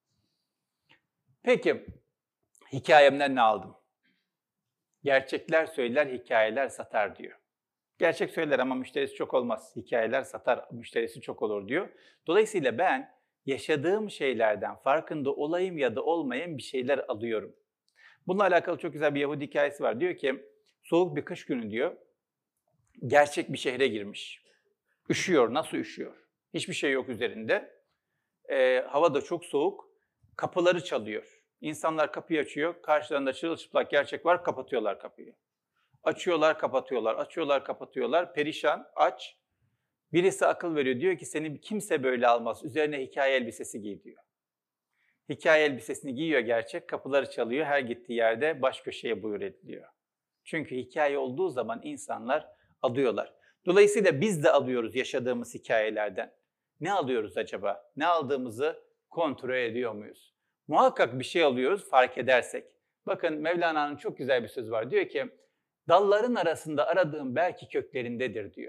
Peki, hikayemden ne aldım? Gerçekler söyler, hikayeler satar diyor. Gerçek söyler ama müşterisi çok olmaz. Hikayeler satar, müşterisi çok olur diyor. Dolayısıyla ben yaşadığım şeylerden farkında olayım ya da olmayayım bir şeyler alıyorum. Bununla alakalı çok güzel bir Yahudi hikayesi var. Diyor ki, soğuk bir kış günü diyor, gerçek bir şehre girmiş. Üşüyor, nasıl üşüyor? Hiçbir şey yok üzerinde. E, hava da çok soğuk. Kapıları çalıyor. İnsanlar kapıyı açıyor. Karşılarında çırılçıplak gerçek var, kapatıyorlar kapıyı. Açıyorlar, kapatıyorlar, açıyorlar, kapatıyorlar. Perişan, aç. Birisi akıl veriyor. Diyor ki, seni kimse böyle almaz. Üzerine hikaye elbisesi giy diyor. Hikaye elbisesini giyiyor gerçek, kapıları çalıyor. Her gittiği yerde baş köşeye buyur ediliyor. Çünkü hikaye olduğu zaman insanlar alıyorlar. Dolayısıyla biz de alıyoruz yaşadığımız hikayelerden. Ne alıyoruz acaba? Ne aldığımızı kontrol ediyor muyuz? Muhakkak bir şey alıyoruz fark edersek. Bakın Mevlana'nın çok güzel bir sözü var. Diyor ki, dalların arasında aradığım belki köklerindedir diyor.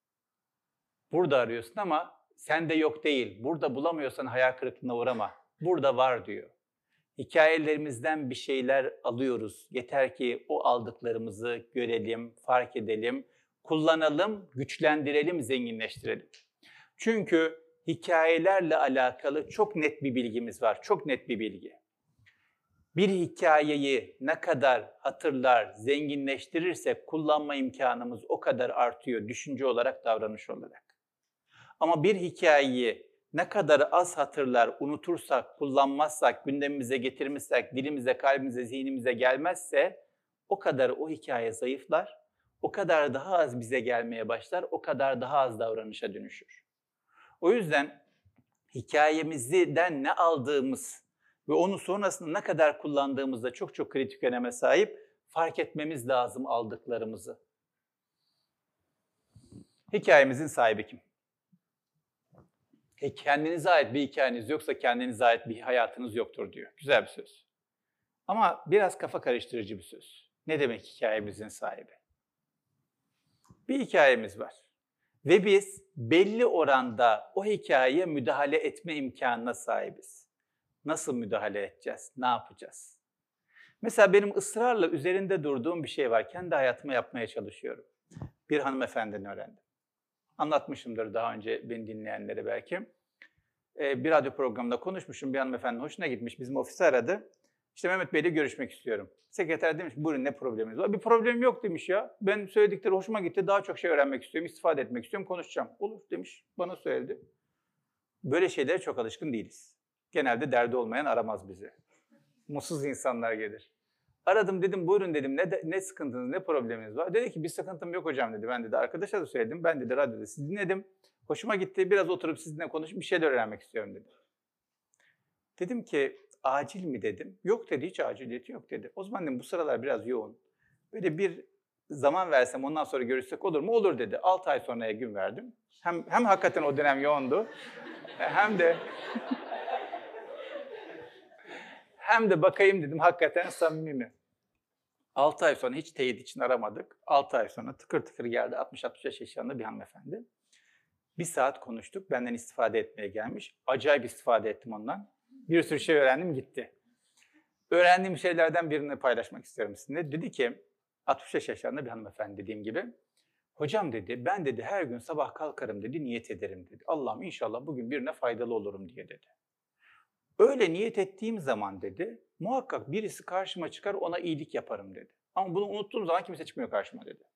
Burada arıyorsun ama sende yok değil. Burada bulamıyorsan hayal kırıklığına uğrama. Burada var diyor. Hikayelerimizden bir şeyler alıyoruz. Yeter ki o aldıklarımızı görelim, fark edelim, kullanalım, güçlendirelim, zenginleştirelim. Çünkü hikayelerle alakalı çok net bir bilgimiz var, çok net bir bilgi. Bir hikayeyi ne kadar hatırlar, zenginleştirirsek kullanma imkanımız o kadar artıyor düşünce olarak, davranış olarak. Ama bir hikayeyi ne kadar az hatırlar, unutursak, kullanmazsak, gündemimize getirmişsek, dilimize, kalbimize, zihnimize gelmezse o kadar o hikaye zayıflar, o kadar daha az bize gelmeye başlar, o kadar daha az davranışa dönüşür. O yüzden hikayemizden ne aldığımız ve onu sonrasında ne kadar kullandığımızda çok çok kritik öneme sahip, fark etmemiz lazım aldıklarımızı. Hikayemizin sahibi kim? E kendinize ait bir hikayeniz yoksa kendinize ait bir hayatınız yoktur diyor. Güzel bir söz. Ama biraz kafa karıştırıcı bir söz. Ne demek hikayemizin sahibi? Bir hikayemiz var. Ve biz belli oranda o hikayeye müdahale etme imkanına sahibiz. Nasıl müdahale edeceğiz? Ne yapacağız? Mesela benim ısrarla üzerinde durduğum bir şey var. Kendi hayatıma yapmaya çalışıyorum. Bir hanımefendiden öğrendim. Anlatmışımdır daha önce beni dinleyenlere belki. Ee, bir radyo programında konuşmuşum. Bir hanımefendi hoşuna gitmiş. Bizim ofisi aradı. İşte Mehmet Bey'le görüşmek istiyorum. Sekreter demiş ki buyurun ne probleminiz var? Bir problemim yok demiş ya. Ben söyledikleri hoşuma gitti. Daha çok şey öğrenmek istiyorum. İstifade etmek istiyorum. Konuşacağım. Olur demiş. Bana söyledi. Böyle şeylere çok alışkın değiliz. Genelde derdi olmayan aramaz bizi. Mutsuz insanlar gelir. Aradım dedim buyurun dedim ne, de, ne sıkıntınız ne probleminiz var? Dedi ki bir sıkıntım yok hocam dedi. Ben dedi arkadaşa da söyledim. Ben dedi radyoda sizi dinledim. Hoşuma gitti. Biraz oturup sizinle konuşup bir şeyler öğrenmek istiyorum dedi. Dedim ki acil mi dedim. Yok dedi hiç aciliyeti yok dedi. O zaman dedim bu sıralar biraz yoğun. Böyle bir zaman versem ondan sonra görüşsek olur mu? Olur dedi. altı ay sonraya gün verdim. Hem, hem hakikaten o dönem yoğundu. Hem de hem de bakayım dedim hakikaten samimi mi? altı ay sonra hiç teyit için aramadık. altı ay sonra tıkır tıkır geldi altmış altmış beş yaşlarında bir hanımefendi. Bir saat konuştuk. Benden istifade etmeye gelmiş. Acayip istifade ettim ondan. Bir sürü şey öğrendim gitti. Öğrendiğim şeylerden birini paylaşmak istiyorum sizinle. Dedi ki altmış beş yaşlarında bir hanımefendi dediğim gibi. Hocam dedi ben dedi her gün sabah kalkarım dedi niyet ederim dedi. Allah'ım inşallah bugün birine faydalı olurum diye dedi. Öyle niyet ettiğim zaman dedi muhakkak birisi karşıma çıkar ona iyilik yaparım dedi. Ama bunu unuttuğum zaman kimse çıkmıyor karşıma dedi.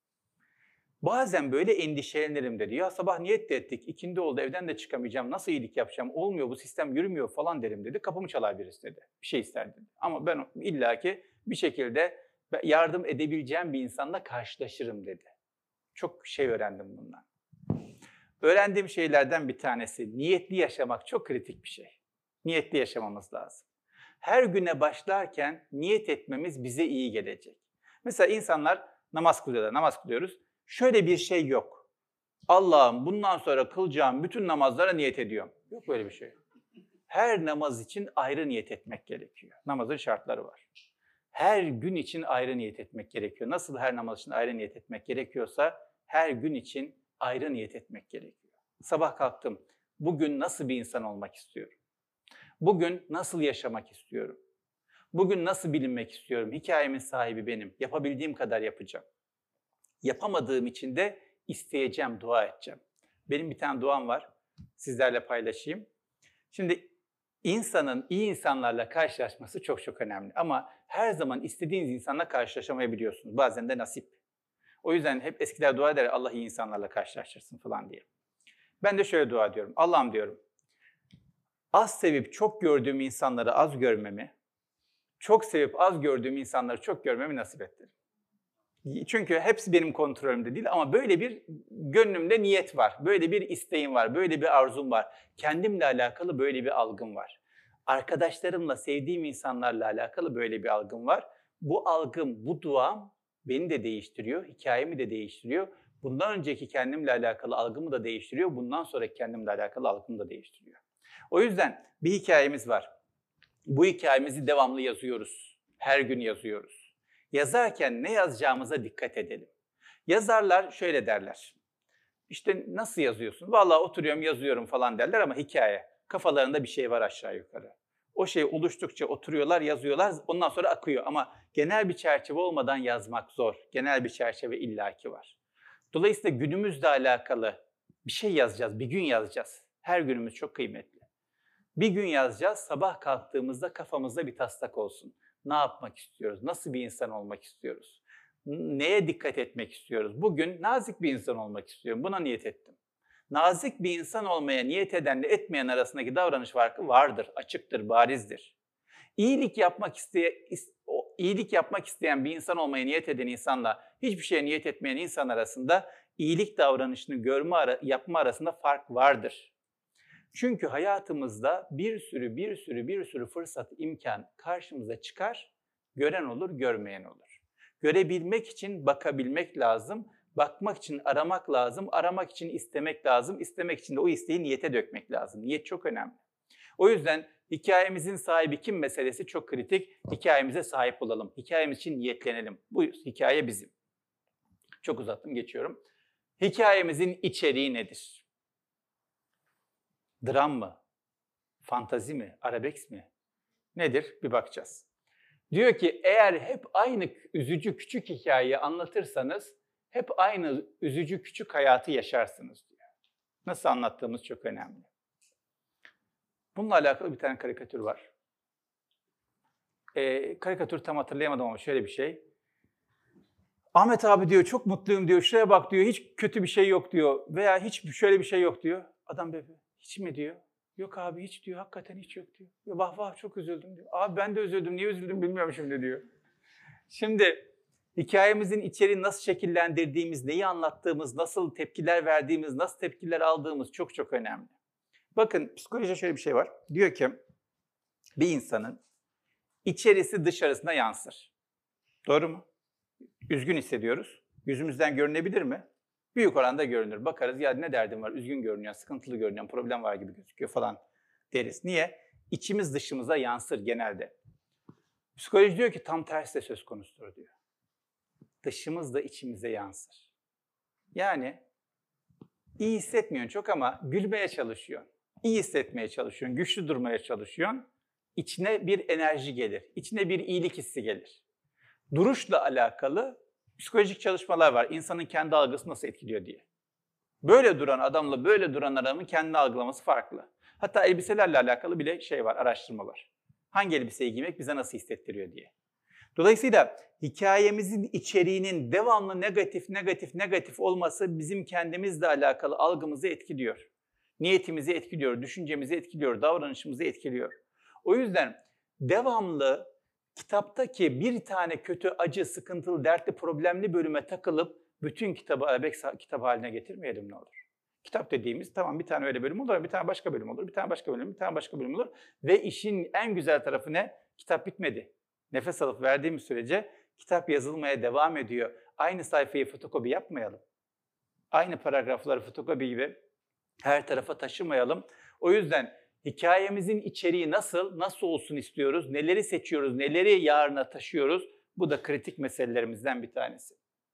Bazen böyle endişelenirim dedi. Ya sabah niyet de ettik, ikindi oldu, evden de çıkamayacağım, nasıl iyilik yapacağım, olmuyor, bu sistem yürümüyor falan derim dedi. Kapımı çalar birisi dedi, bir şey ister dedi. Ama ben illaki bir şekilde yardım edebileceğim bir insanla karşılaşırım dedi. Çok şey öğrendim bundan. Öğrendiğim şeylerden bir tanesi, niyetli yaşamak çok kritik bir şey. Niyetli yaşamamız lazım. Her güne başlarken niyet etmemiz bize iyi gelecek. Mesela insanlar namaz kılıyorlar, namaz kılıyoruz. Şöyle bir şey yok. Allah'ım bundan sonra kılacağım bütün namazlara niyet ediyorum. Yok böyle bir şey. Her namaz için ayrı niyet etmek gerekiyor. Namazın şartları var. Her gün için ayrı niyet etmek gerekiyor. Nasıl her namaz için ayrı niyet etmek gerekiyorsa her gün için ayrı niyet etmek gerekiyor. Sabah kalktım. Bugün nasıl bir insan olmak istiyorum? Bugün nasıl yaşamak istiyorum? Bugün nasıl bilinmek istiyorum? Hikayemin sahibi benim. Yapabildiğim kadar yapacağım. Yapamadığım için de isteyeceğim, dua edeceğim. Benim bir tane duam var. Sizlerle paylaşayım. Şimdi insanın iyi insanlarla karşılaşması çok çok önemli. Ama her zaman istediğiniz insanla karşılaşamayabiliyorsunuz. Bazen de nasip. O yüzden hep eskiler dua eder Allah iyi insanlarla karşılaştırsın falan diye. Ben de şöyle dua ediyorum. Allah'ım diyorum. Az sevip çok gördüğüm insanları az görmemi, çok sevip az gördüğüm insanları çok görmemi nasip ettir. Çünkü hepsi benim kontrolümde değil ama böyle bir gönlümde niyet var, böyle bir isteğim var, böyle bir arzum var. Kendimle alakalı böyle bir algım var. Arkadaşlarımla, sevdiğim insanlarla alakalı böyle bir algım var. Bu algım, bu duam beni de değiştiriyor, hikayemi de değiştiriyor. Bundan önceki kendimle alakalı algımı da değiştiriyor, bundan sonraki kendimle alakalı algımı da değiştiriyor. O yüzden bir hikayemiz var. Bu hikayemizi devamlı yazıyoruz, her gün yazıyoruz. Yazarken ne yazacağımıza dikkat edelim. Yazarlar şöyle derler. İşte nasıl yazıyorsun? Vallahi oturuyorum yazıyorum falan derler ama hikaye. Kafalarında bir şey var aşağı yukarı. O şey oluştukça oturuyorlar, yazıyorlar, ondan sonra akıyor. Ama genel bir çerçeve olmadan yazmak zor. Genel bir çerçeve illaki var. Dolayısıyla günümüzle alakalı bir şey yazacağız, bir gün yazacağız. Her günümüz çok kıymetli. Bir gün yazacağız, sabah kalktığımızda kafamızda bir taslak olsun. Ne yapmak istiyoruz? Nasıl bir insan olmak istiyoruz? Neye dikkat etmek istiyoruz? Bugün nazik bir insan olmak istiyorum. Buna niyet ettim. Nazik bir insan olmaya niyet edenle etmeyen arasındaki davranış farkı vardır, açıktır, barizdir. İyilik yapmak isteye, iyilik yapmak isteyen bir insan olmaya niyet eden insanla hiçbir şeye niyet etmeyen insan arasında iyilik davranışını görme, yapma arasında fark vardır. Çünkü hayatımızda bir sürü, bir sürü, bir sürü fırsat, imkan karşımıza çıkar, gören olur, görmeyen olur. Görebilmek için bakabilmek lazım, bakmak için aramak lazım, aramak için istemek lazım, istemek için de o isteği niyete dökmek lazım. Niyet çok önemli. O yüzden hikayemizin sahibi kim meselesi çok kritik. Hikayemize sahip olalım, hikayemiz için niyetlenelim. Bu hikaye bizim. Çok uzattım, geçiyorum. Hikayemizin içeriği nedir? Dram mı? Fantazi mi? Arabesk mi? Nedir? Bir bakacağız. Diyor ki eğer hep aynı üzücü küçük hikayeyi anlatırsanız hep aynı üzücü küçük hayatı yaşarsınız diyor. Nasıl anlattığımız çok önemli. Bununla alakalı bir tane karikatür var. Ee, karikatür tam hatırlayamadım ama şöyle bir şey. Ahmet abi diyor çok mutluyum diyor, şuraya bak diyor, hiç kötü bir şey yok diyor veya hiç şöyle bir şey yok diyor. Adam böyle hiç mi diyor? Yok abi hiç diyor, hakikaten hiç yok diyor. Vah vah çok üzüldüm diyor. Abi ben de üzüldüm, niye üzüldüm bilmiyorum şimdi diyor. Şimdi hikayemizin içeriğini nasıl şekillendirdiğimiz, neyi anlattığımız, nasıl tepkiler verdiğimiz, nasıl tepkiler aldığımız çok çok önemli. Bakın psikolojide şöyle bir şey var. Diyor ki bir insanın içerisi dışarısına yansır. Doğru mu? Üzgün hissediyoruz. Yüzümüzden görünebilir mi? Büyük oranda görünür. Bakarız ya ne derdim var, üzgün görünüyor, sıkıntılı görünüyor, problem var gibi gözüküyor falan deriz. Niye? İçimiz dışımıza yansır genelde. Psikoloji diyor ki tam tersi de söz konusudur diyor. Dışımız da içimize yansır. Yani iyi hissetmiyorsun çok ama gülmeye çalışıyorsun. İyi hissetmeye çalışıyorsun, güçlü durmaya çalışıyorsun. İçine bir enerji gelir, içine bir iyilik hissi gelir. Duruşla alakalı psikolojik çalışmalar var. İnsanın kendi algısı nasıl etkiliyor diye. Böyle duran adamla böyle duran adamın kendini algılaması farklı. Hatta elbiselerle alakalı bile şey var, araştırma var. Hangi elbiseyi giymek bize nasıl hissettiriyor diye. Dolayısıyla hikayemizin içeriğinin devamlı negatif, negatif, negatif olması bizim kendimizle alakalı algımızı etkiliyor. Niyetimizi etkiliyor, düşüncemizi etkiliyor, davranışımızı etkiliyor. O yüzden devamlı kitaptaki bir tane kötü, acı, sıkıntılı, dertli, problemli bölüme takılıp bütün kitabı Arabesk kitap haline getirmeyelim ne olur. Kitap dediğimiz tamam bir tane öyle bölüm olur, bir tane başka bölüm olur, bir tane başka bölüm, bir tane başka bölüm olur. Ve işin en güzel tarafı ne? Kitap bitmedi. Nefes alıp verdiğimiz sürece kitap yazılmaya devam ediyor. Aynı sayfayı fotokopi yapmayalım. Aynı paragrafları fotokopi gibi her tarafa taşımayalım. O yüzden hikayemizin içeriği nasıl, nasıl olsun istiyoruz, neleri seçiyoruz, neleri yarına taşıyoruz, bu da kritik meselelerimizden bir tanesi.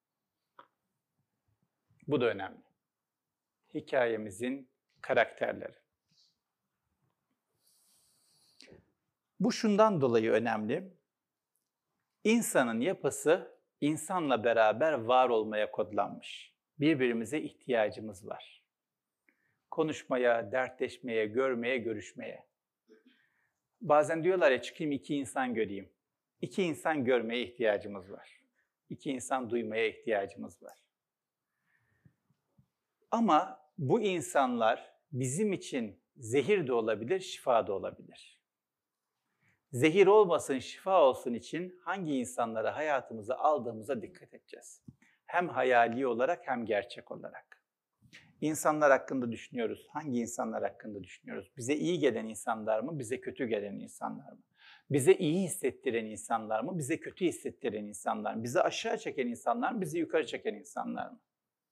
Bu da önemli. Hikayemizin karakterleri. Bu şundan dolayı önemli. İnsanın yapısı insanla beraber var olmaya kodlanmış. Birbirimize ihtiyacımız var. Konuşmaya, dertleşmeye, görmeye, görüşmeye. Bazen diyorlar ya çıkayım iki insan göreyim. İki insan görmeye ihtiyacımız var. İki insan duymaya ihtiyacımız var. Ama bu insanlar bizim için zehir de olabilir, şifa da olabilir. Zehir olmasın, şifa olsun için hangi insanları hayatımıza aldığımıza dikkat edeceğiz. Hem hayali olarak hem gerçek olarak. İnsanlar hakkında düşünüyoruz. Hangi insanlar hakkında düşünüyoruz? Bize iyi gelen insanlar mı, bize kötü gelen insanlar mı? Bize iyi hissettiren insanlar mı, bize kötü hissettiren insanlar mı? Bizi aşağı çeken insanlar mı, bizi yukarı çeken insanlar mı?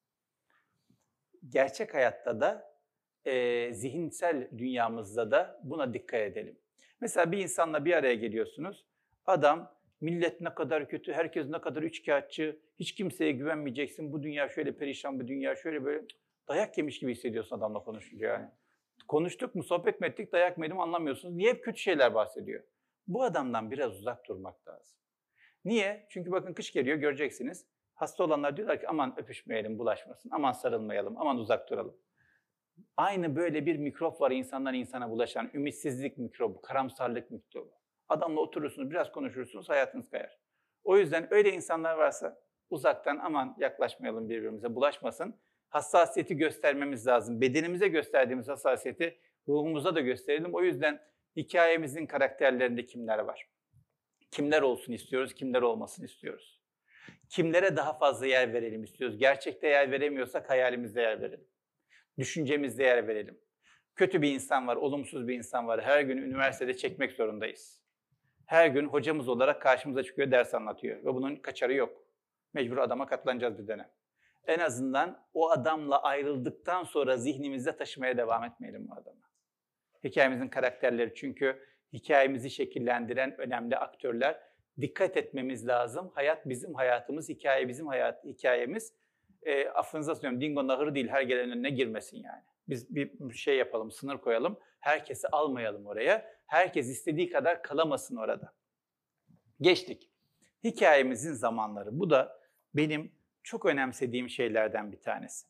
Gerçek hayatta da, e, zihinsel dünyamızda da buna dikkat edelim. Mesela bir insanla bir araya geliyorsunuz. Adam, millet ne kadar kötü, herkes ne kadar üçkağıtçı, hiç kimseye güvenmeyeceksin, bu dünya şöyle perişan, bu dünya şöyle böyle... Dayak yemiş gibi hissediyorsun adamla konuşunca yani. Konuştuk mu, sohbet mi ettik, dayak mı yedim anlamıyorsunuz. Niye hep kötü şeyler bahsediyor? Bu adamdan biraz uzak durmak lazım. Niye? Çünkü bakın kış geliyor, göreceksiniz. Hasta olanlar diyorlar ki aman öpüşmeyelim, bulaşmasın, aman sarılmayalım, aman uzak duralım. Aynı böyle bir mikrop var insandan insana bulaşan, ümitsizlik mikrobu, karamsarlık mikrobu. Adamla oturursunuz, biraz konuşursunuz, hayatınız kayar. O yüzden öyle insanlar varsa uzaktan aman yaklaşmayalım birbirimize, bulaşmasın. Hassasiyeti göstermemiz lazım. Bedenimize gösterdiğimiz hassasiyeti ruhumuza da gösterelim. O yüzden hikayemizin karakterlerinde kimler var? Kimler olsun istiyoruz, kimler olmasın istiyoruz? Kimlere daha fazla yer verelim istiyoruz? Gerçekte yer veremiyorsak hayalimizde yer verelim. Düşüncemizde yer verelim. Kötü bir insan var, olumsuz bir insan var. Her gün üniversitede çekmek zorundayız. Her gün hocamız olarak karşımıza çıkıyor, ders anlatıyor. Ve bunun kaçarı yok. Mecbur adama katlanacağız bir dönem. En azından o adamla ayrıldıktan sonra zihnimizde taşımaya devam etmeyelim bu adamı. Hikayemizin karakterleri çünkü hikayemizi şekillendiren önemli aktörler. Dikkat etmemiz lazım. Hayat bizim hayatımız, hikaye bizim hayat, hikayemiz. E, affınıza sunuyorum, Dingo nahırı değil, her gelenin önüne girmesin yani. Biz bir şey yapalım, sınır koyalım. Herkesi almayalım oraya. Herkes istediği kadar kalamasın orada. Geçtik. Hikayemizin zamanları. Bu da benim çok önemsediğim şeylerden bir tanesi.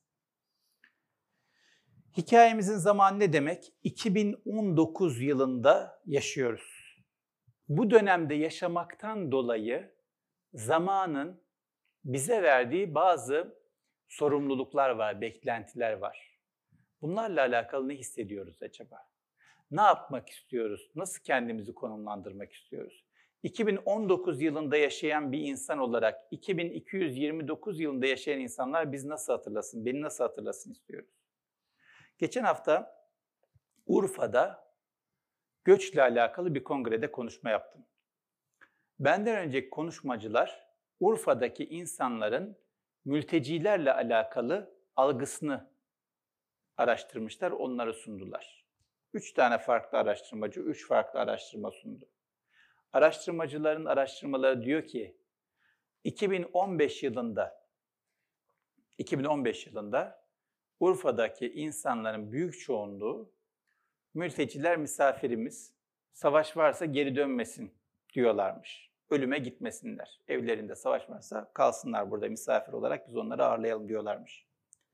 Hikayemizin zamanı ne demek? iki bin on dokuz yılında yaşıyoruz. Bu dönemde yaşamaktan dolayı zamanın bize verdiği bazı sorumluluklar var, beklentiler var. Bunlarla alakalı ne hissediyoruz acaba? Ne yapmak istiyoruz? Nasıl kendimizi konumlandırmak istiyoruz? iki bin on dokuz yılında yaşayan bir insan olarak iki bin iki yüz yirmi dokuz yılında yaşayan insanlar biz nasıl hatırlasın, beni nasıl hatırlasın istiyoruz? Geçen hafta Urfa'da göçle alakalı bir kongrede konuşma yaptım. Benden önceki konuşmacılar Urfa'daki insanların mültecilerle alakalı algısını araştırmışlar, onları sundular. Üç tane farklı araştırmacı, üç farklı araştırma sundu. Araştırmacıların araştırmaları diyor ki, iki bin on beş yılında, iki bin on beş yılında Urfa'daki insanların büyük çoğunluğu mülteciler misafirimiz, savaş varsa geri dönmesin diyorlarmış. Ölüme gitmesinler. Evlerinde savaş varsa kalsınlar burada misafir olarak, biz onları ağırlayalım diyorlarmış.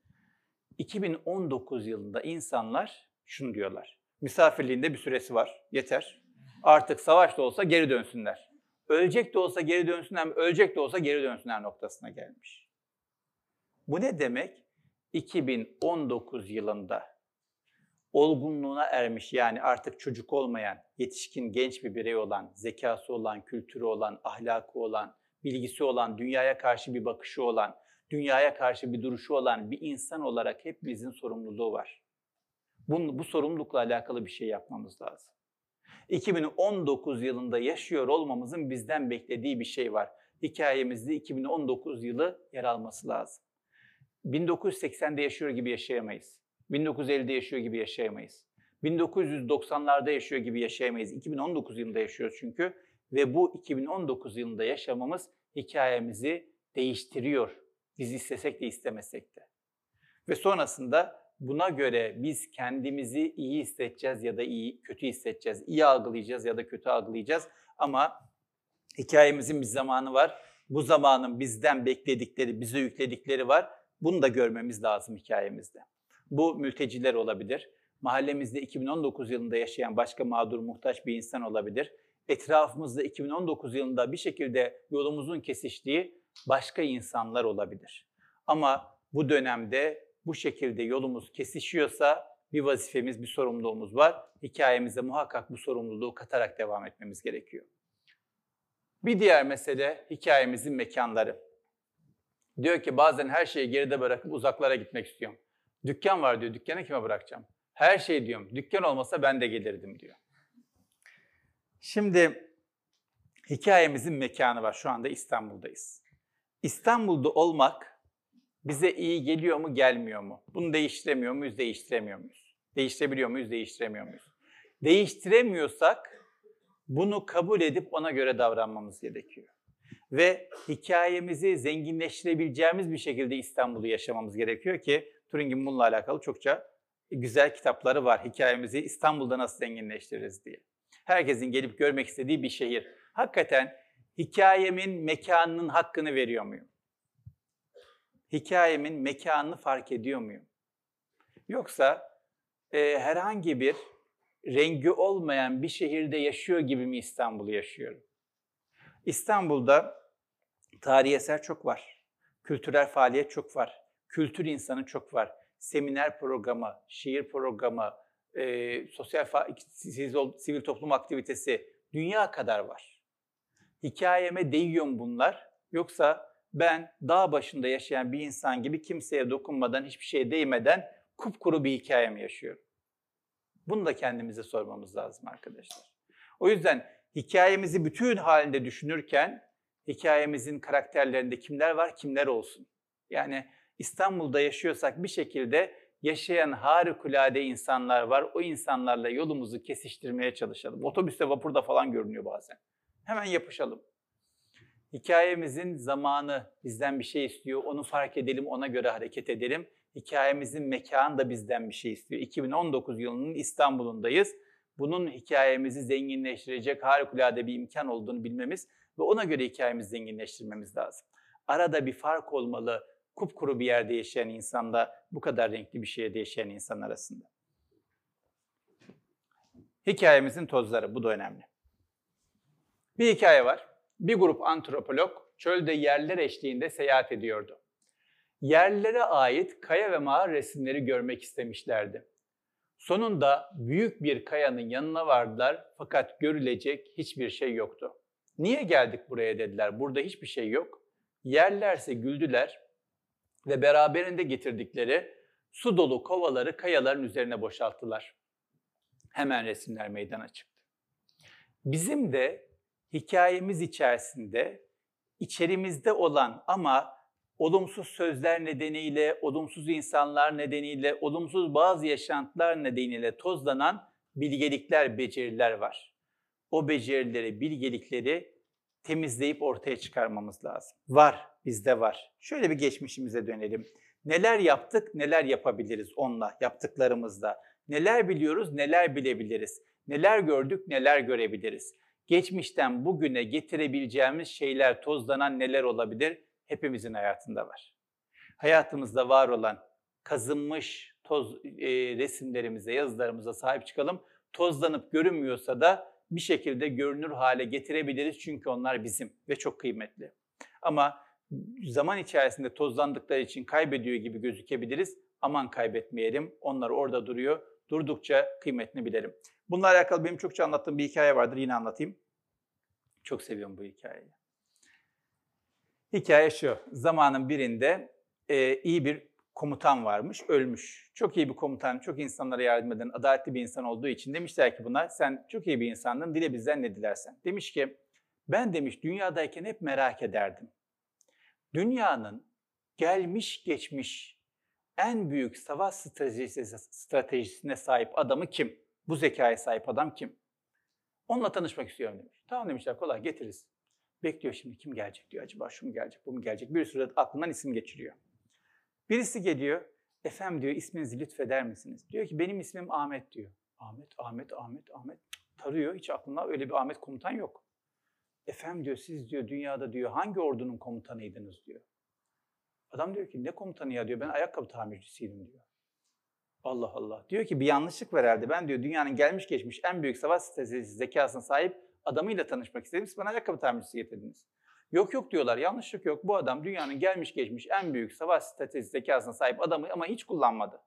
iki bin on dokuz yılında insanlar şunu diyorlar. Misafirliğinde bir süresi var, yeter. Artık savaş da olsa geri dönsünler. Ölecek de olsa geri dönsünler, ölecek de olsa geri dönsünler noktasına gelmiş. Bu ne demek? iki bin on dokuz yılında olgunluğuna ermiş, yani artık çocuk olmayan, yetişkin genç bir birey olan, zekası olan, kültürü olan, ahlakı olan, bilgisi olan, dünyaya karşı bir bakışı olan, dünyaya karşı bir duruşu olan bir insan olarak hepimizin sorumluluğu var. Bu, bu sorumlulukla alakalı bir şey yapmamız lazım. iki bin on dokuz yılında yaşıyor olmamızın bizden beklediği bir şey var. Hikayemizde iki bin on dokuz yılı yer alması lazım. bin dokuz yüz seksende yaşıyor gibi yaşayamayız. bin dokuz yüz ellide yaşıyor gibi yaşayamayız. bin dokuz yüz doksanlarda yaşıyor gibi yaşayamayız. iki bin on dokuz yılında yaşıyoruz çünkü. Ve bu iki bin on dokuz yılında yaşamamız hikayemizi değiştiriyor. Biz istesek de istemesek de. Ve sonrasında buna göre biz kendimizi iyi hissedeceğiz ya da iyi kötü hissedeceğiz. İyi algılayacağız ya da kötü algılayacağız. Ama hikayemizin bir zamanı var. Bu zamanın bizden bekledikleri, bize yükledikleri var. Bunu da görmemiz lazım hikayemizde. Bu mülteciler olabilir. Mahallemizde iki bin on dokuz yılında yaşayan başka mağdur, muhtaç bir insan olabilir. Etrafımızda iki bin on dokuz yılında bir şekilde yolumuzun kesiştiği başka insanlar olabilir. Ama bu dönemde bu şekilde yolumuz kesişiyorsa bir vazifemiz, bir sorumluluğumuz var. Hikayemize muhakkak bu sorumluluğu katarak devam etmemiz gerekiyor. Bir diğer mesele hikayemizin mekanları. Diyor ki bazen her şeyi geride bırakıp uzaklara gitmek istiyorum. Dükkan var diyor, dükkanı kime bırakacağım? Her şey diyorum, dükkan olmasa ben de gelirdim diyor. Şimdi hikayemizin mekanı var, şu anda İstanbul'dayız. İstanbul'da olmak bize iyi geliyor mu, gelmiyor mu? Bunu değiştiremiyor muyuz, değiştiremiyor muyuz? Değiştirebiliyor muyuz, değiştiremiyor muyuz? Değiştiremiyorsak bunu kabul edip ona göre davranmamız gerekiyor. Ve hikayemizi zenginleştirebileceğimiz bir şekilde İstanbul'u yaşamamız gerekiyor ki Turing'in bununla alakalı çokça güzel kitapları var. Hikayemizi İstanbul'da nasıl zenginleştiririz diye. Herkesin gelip görmek istediği bir şehir. Hakikaten hikayemin mekanının hakkını veriyor muyum? Hikayemin mekanını fark ediyor muyum? Yoksa e, herhangi bir rengi olmayan bir şehirde yaşıyor gibi mi İstanbul'u yaşıyorum? İstanbul'da tarihi eser çok var. Kültürel faaliyet çok var. Kültür insanı çok var. Seminer programı, şiir programı, e, sosyal sivil, sivil toplum aktivitesi dünya kadar var. Hikayeme değiyor mu bunlar? Yoksa ben dağ başında yaşayan bir insan gibi kimseye dokunmadan, hiçbir şeye değmeden kupkuru bir hikaye mi yaşıyorum? Bunu da kendimize sormamız lazım arkadaşlar. O yüzden hikayemizi bütün halinde düşünürken hikayemizin karakterlerinde kimler var, kimler olsun? Yani İstanbul'da yaşıyorsak bir şekilde yaşayan harikulade insanlar var. O insanlarla yolumuzu kesiştirmeye çalışalım. Otobüste, vapurda falan görünüyor bazen. Hemen yapışalım. Hikayemizin zamanı bizden bir şey istiyor. Onu fark edelim, ona göre hareket edelim. Hikayemizin mekanı da bizden bir şey istiyor. iki bin on dokuz yılının İstanbul'undayız. Bunun hikayemizi zenginleştirecek harikulade bir imkan olduğunu bilmemiz Ve ona göre hikayemizi zenginleştirmemiz lazım. Arada bir fark olmalı, kupkuru bir yerde yaşayan insanla bu kadar renkli bir şehirde yaşayan insan arasında. Hikayemizin tozları, bu da önemli. Bir hikaye var. Bir grup antropolog çölde yerler eşliğinde seyahat ediyordu. Yerlere ait kaya ve mağara resimleri görmek istemişlerdi. Sonunda büyük bir kayanın yanına vardılar fakat görülecek hiçbir şey yoktu. Niye geldik buraya dediler, burada hiçbir şey yok. Yerlerse güldüler ve beraberinde getirdikleri su dolu kovaları kayaların üzerine boşalttılar. Hemen resimler meydana çıktı. Bizim de hikayemiz içerisinde içerimizde olan ama olumsuz sözler nedeniyle, olumsuz insanlar nedeniyle, olumsuz bazı yaşantılar nedeniyle tozlanan bilgelikler, beceriler var. O becerileri, bilgelikleri temizleyip ortaya çıkarmamız lazım. Var, bizde var. Şöyle bir geçmişimize dönelim. Neler yaptık, neler yapabiliriz onunla, yaptıklarımızla. Neler biliyoruz, neler bilebiliriz. Neler gördük, neler görebiliriz. Geçmişten bugüne getirebileceğimiz şeyler, tozlanan neler olabilir? Hepimizin hayatında var. Hayatımızda var olan kazınmış toz e, resimlerimize, yazılarımıza sahip çıkalım. Tozlanıp görünmüyorsa da bir şekilde görünür hale getirebiliriz çünkü onlar bizim ve çok kıymetli. Ama zaman içerisinde tozlandıkları için kaybediyor gibi gözükebiliriz. Aman kaybetmeyelim, onlar orada duruyor. Durdukça kıymetini bilelim. Bununla alakalı benim çokça anlattığım bir hikaye vardır, yine anlatayım. Çok seviyorum bu hikayeyi. Hikaye şu, zamanın birinde e, iyi bir komutan varmış, ölmüş. Çok iyi bir komutan, çok insanlara yardım eden, adaletli bir insan olduğu için demişler ki buna, sen çok iyi bir insandın, dile bizden ne dilersen. Demiş ki, ben demiş dünyadayken hep merak ederdim. Dünyanın gelmiş geçmiş en büyük savaş stratejisi, stratejisine sahip adamı kim? Bu zekaya sahip adam kim? Onunla tanışmak istiyorum demiş. Tamam demişler, kolay getiririz. Bekliyor şimdi kim gelecek diyor, acaba şu mu gelecek, bu mu gelecek? Bir sürü aklından isim geçiriyor. Birisi geliyor, efendim diyor isminizi lütfeder misiniz? Diyor ki benim ismim Ahmet diyor. Ahmet, Ahmet, Ahmet, Ahmet. Tarıyor, hiç aklına öyle bir Ahmet komutan yok. Efendim diyor siz diyor dünyada diyor hangi ordunun komutanıydınız diyor. Adam diyor ki ne komutanı ya diyor, ben ayakkabı tamircisiydim diyor. Allah Allah. Diyor ki bir yanlışlık var herhalde. Ben diyor dünyanın gelmiş geçmiş en büyük savaş stratejisi zekasına sahip adamıyla tanışmak istedim. Siz bana ayakkabı tamircisi getirdiniz. Yok yok diyorlar, yanlışlık yok. Bu adam dünyanın gelmiş geçmiş en büyük savaş stratejisi zekasına sahip adamı ama hiç kullanmadı.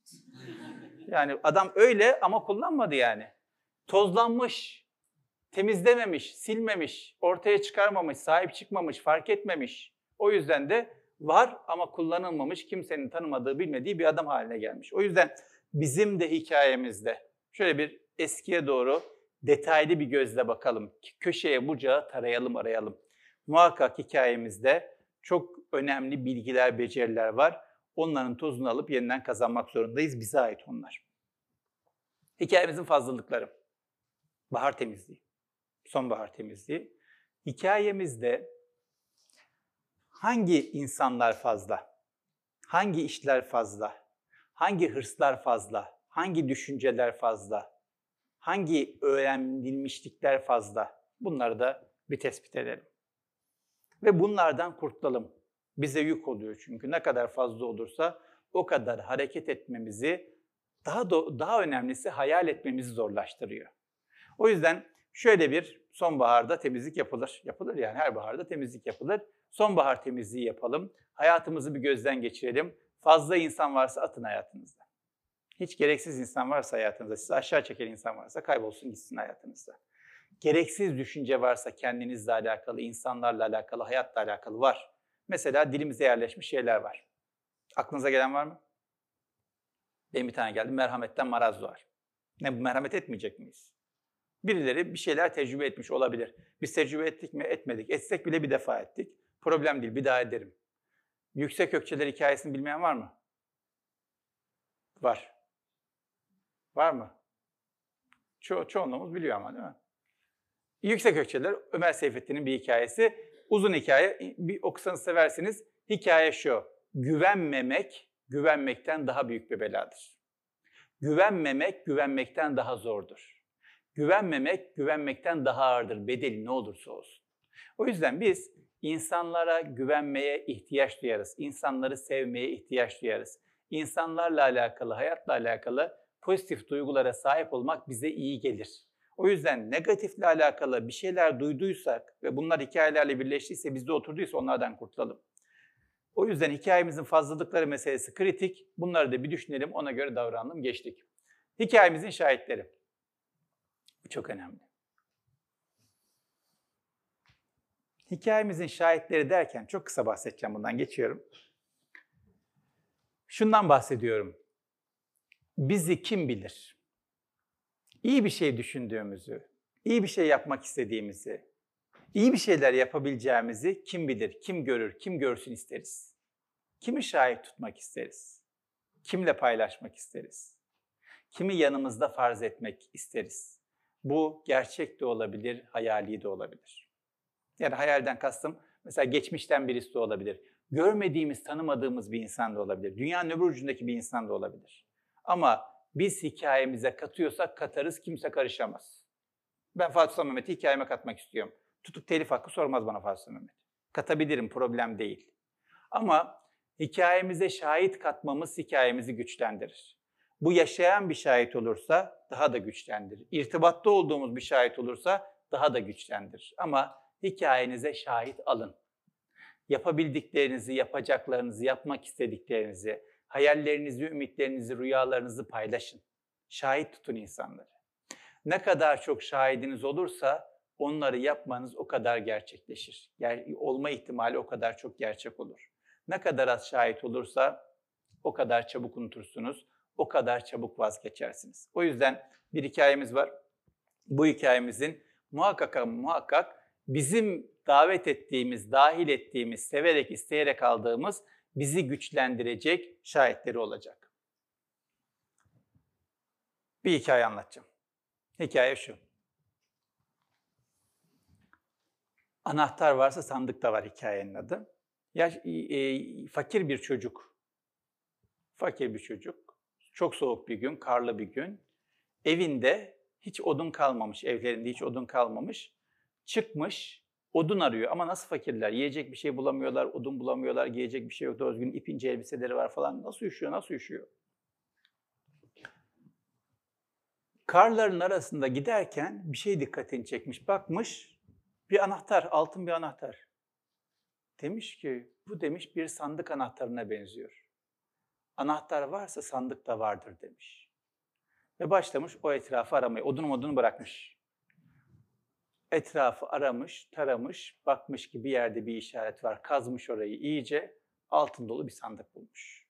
Yani adam öyle ama kullanmadı yani. Tozlanmış, temizlememiş, silmemiş, ortaya çıkarmamış, sahip çıkmamış, fark etmemiş. O yüzden de var ama kullanılmamış, kimsenin tanımadığı, bilmediği bir adam haline gelmiş. O yüzden bizim de hikayemizde şöyle bir eskiye doğru detaylı bir gözle bakalım. Köşeye bucağı tarayalım, arayalım. Muhakkak hikayemizde çok önemli bilgiler, beceriler var. Onların tozunu alıp yeniden kazanmak zorundayız. Bize ait onlar. Hikayemizin fazlalıkları. Bahar temizliği. Sonbahar temizliği. Hikayemizde hangi insanlar fazla? Hangi işler fazla? Hangi hırslar fazla? Hangi düşünceler fazla? Hangi öğrenilmişlikler fazla? Bunları da bir tespit edelim. Ve bunlardan kurtulalım. Bize yük oluyor çünkü ne kadar fazla olursa o kadar hareket etmemizi, daha da, daha önemlisi hayal etmemizi zorlaştırıyor. O yüzden şöyle bir sonbaharda temizlik yapılır. Yapılır yani her baharda temizlik yapılır. Sonbahar temizliği yapalım. Hayatımızı bir gözden geçirelim. Fazla insan varsa atın hayatınızda. Hiç gereksiz insan varsa hayatınızda, sizi aşağı çeken insan varsa kaybolsun gitsin hayatınızda. Gereksiz düşünce varsa kendinizle alakalı, insanlarla alakalı, hayatla alakalı var. Mesela dilimize yerleşmiş şeyler var. Aklınıza gelen var mı? Benim bir tane geldi, merhametten maraz doğar. Ne bu, merhamet etmeyecek miyiz? Birileri bir şeyler tecrübe etmiş olabilir. Biz tecrübe ettik mi? Etmedik. Etsek bile bir defa ettik. Problem değil, bir daha ederim. Yüksek Ökçeler hikayesini bilmeyen var mı? Var. Var mı? Ço çoğunluğumuz biliyor ama değil mi? Yüksek Ökçeler, Ömer Seyfettin'in bir hikayesi. Uzun hikaye, bir okusanız seversiniz. Hikaye şu, güvenmemek, güvenmekten daha büyük bir beladır. Güvenmemek, güvenmekten daha zordur. Güvenmemek, güvenmekten daha ağırdır, bedeli ne olursa olsun. O yüzden biz insanlara güvenmeye ihtiyaç duyarız. İnsanları sevmeye ihtiyaç duyarız. İnsanlarla alakalı, hayatla alakalı pozitif duygulara sahip olmak bize iyi gelir. O yüzden negatifle alakalı bir şeyler duyduysak ve bunlar hikayelerle birleştiyse, bizde oturduysa onlardan kurtulalım. O yüzden hikayemizin fazlalıkları meselesi kritik. Bunları da bir düşünelim, ona göre davranalım, geçtik. Hikayemizin şahitleri. Bu çok önemli. Hikayemizin şahitleri derken çok kısa bahsedeceğim, bundan geçiyorum. Şundan bahsediyorum. Bizi kim bilir? İyi bir şey düşündüğümüzü, iyi bir şey yapmak istediğimizi, iyi bir şeyler yapabileceğimizi kim bilir, kim görür, kim görsün isteriz? Kimi şahit tutmak isteriz? Kimle paylaşmak isteriz? Kimi yanımızda farz etmek isteriz? Bu gerçek de olabilir, hayali de olabilir. Yani hayalden kastım, mesela geçmişten birisi de olabilir. Görmediğimiz, tanımadığımız bir insan da olabilir. Dünyanın öbür ucundaki bir insan da olabilir. Ama biz hikayemize katıyorsak katarız, kimse karışamaz. Ben Fatih Sultan Mehmet'i hikayeme katmak istiyorum. Tutup telif hakkı sormaz bana Fatih Sultan Mehmet. Katabilirim, problem değil. Ama hikayemize şahit katmamız hikayemizi güçlendirir. Bu yaşayan bir şahit olursa daha da güçlendirir. İrtibatta olduğumuz bir şahit olursa daha da güçlendirir. Ama hikayenize şahit alın. Yapabildiklerinizi, yapacaklarınızı, yapmak istediklerinizi, hayallerinizi, ümitlerinizi, rüyalarınızı paylaşın. Şahit tutun insanları. Ne kadar çok şahidiniz olursa onları yapmanız o kadar gerçekleşir. Yani olma ihtimali o kadar çok gerçek olur. Ne kadar az şahit olursa o kadar çabuk unutursunuz, o kadar çabuk vazgeçersiniz. O yüzden bir hikayemiz var. Bu hikayemizin muhakkak ama muhakkak bizim davet ettiğimiz, dahil ettiğimiz, severek, isteyerek aldığımız, bizi güçlendirecek şahitleri olacak. Bir hikaye anlatacağım. Hikaye şu. Anahtar varsa sandık da var hikayenin adı. Ya, e, fakir bir çocuk. Fakir bir çocuk. Çok soğuk bir gün, karlı bir gün. Evinde hiç odun kalmamış, evlerinde hiç odun kalmamış. Çıkmış, odun arıyor ama nasıl fakirler? Yiyecek bir şey bulamıyorlar, odun bulamıyorlar, giyecek bir şey yok. Doğru gün ipince elbiseleri var falan. Nasıl üşüyor, nasıl üşüyor? Karların arasında giderken bir şey dikkatini çekmiş. Bakmış, bir anahtar, altın bir anahtar. Demiş ki, bu demiş bir sandık anahtarına benziyor. Anahtar varsa sandık da vardır demiş. Ve başlamış o etrafı aramaya. Odun odunu bırakmış. Etrafı aramış, taramış, bakmış ki bir yerde bir işaret var. Kazmış orayı iyice, altın dolu bir sandık bulmuş.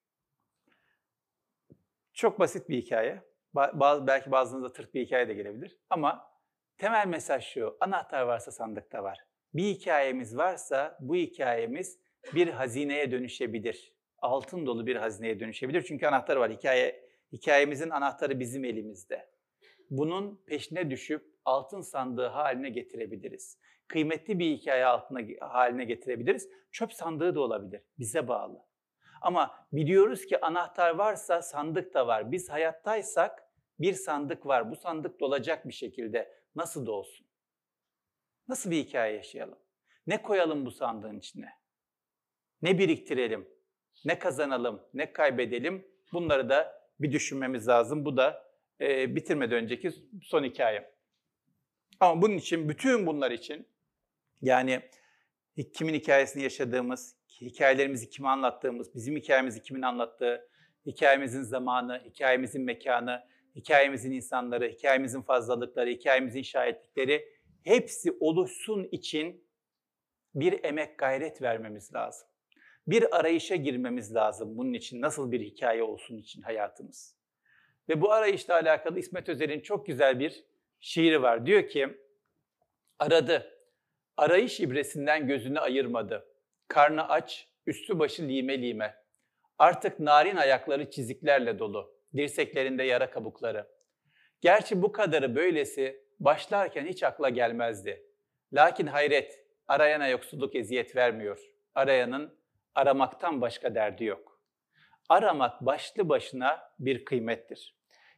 Çok basit bir hikaye. Ba- belki bazınıza tırt bir hikaye de gelebilir. Ama temel mesaj şu, anahtar varsa sandık da var. Bir hikayemiz varsa bu hikayemiz bir hazineye dönüşebilir. Altın dolu bir hazineye dönüşebilir. Çünkü anahtarı var. Hikaye, hikayemizin anahtarı bizim elimizde. Bunun peşine düşüp altın sandığı haline getirebiliriz. Kıymetli bir hikaye altına haline getirebiliriz. Çöp sandığı da olabilir. Bize bağlı. Ama biliyoruz ki anahtar varsa sandık da var. Biz hayattaysak bir sandık var. Bu sandık dolacak bir şekilde. Nasıl da olsun? Nasıl bir hikaye yaşayalım? Ne koyalım bu sandığın içine? Ne biriktirelim? Ne kazanalım? Ne kaybedelim? Bunları da bir düşünmemiz lazım. Bu da e, bitirmeden önceki son hikayem. Ama bunun için, bütün bunlar için, yani kimin hikayesini yaşadığımız, hikayelerimizi kime anlattığımız, bizim hikayemizi kimin anlattığı, hikayemizin zamanı, hikayemizin mekanı, hikayemizin insanları, hikayemizin fazlalıkları, hikayemizin şahitlikleri hepsi oluşsun için bir emek, gayret vermemiz lazım. Bir arayışa girmemiz lazım bunun için, nasıl bir hikaye olsun için hayatımız. Ve bu arayışla alakalı İsmet Özer'in çok güzel bir şiiri var. Diyor ki, aradı, arayış ibresinden gözünü ayırmadı. Karnı aç, üstü başı lime lime. Artık narin ayakları çiziklerle dolu, dirseklerinde yara kabukları. Gerçi bu kadarı böylesi başlarken hiç akla gelmezdi. Lakin hayret, arayana yoksulluk eziyet vermiyor. Arayanın aramaktan başka derdi yok. Aramak başlı başına bir kıymettir.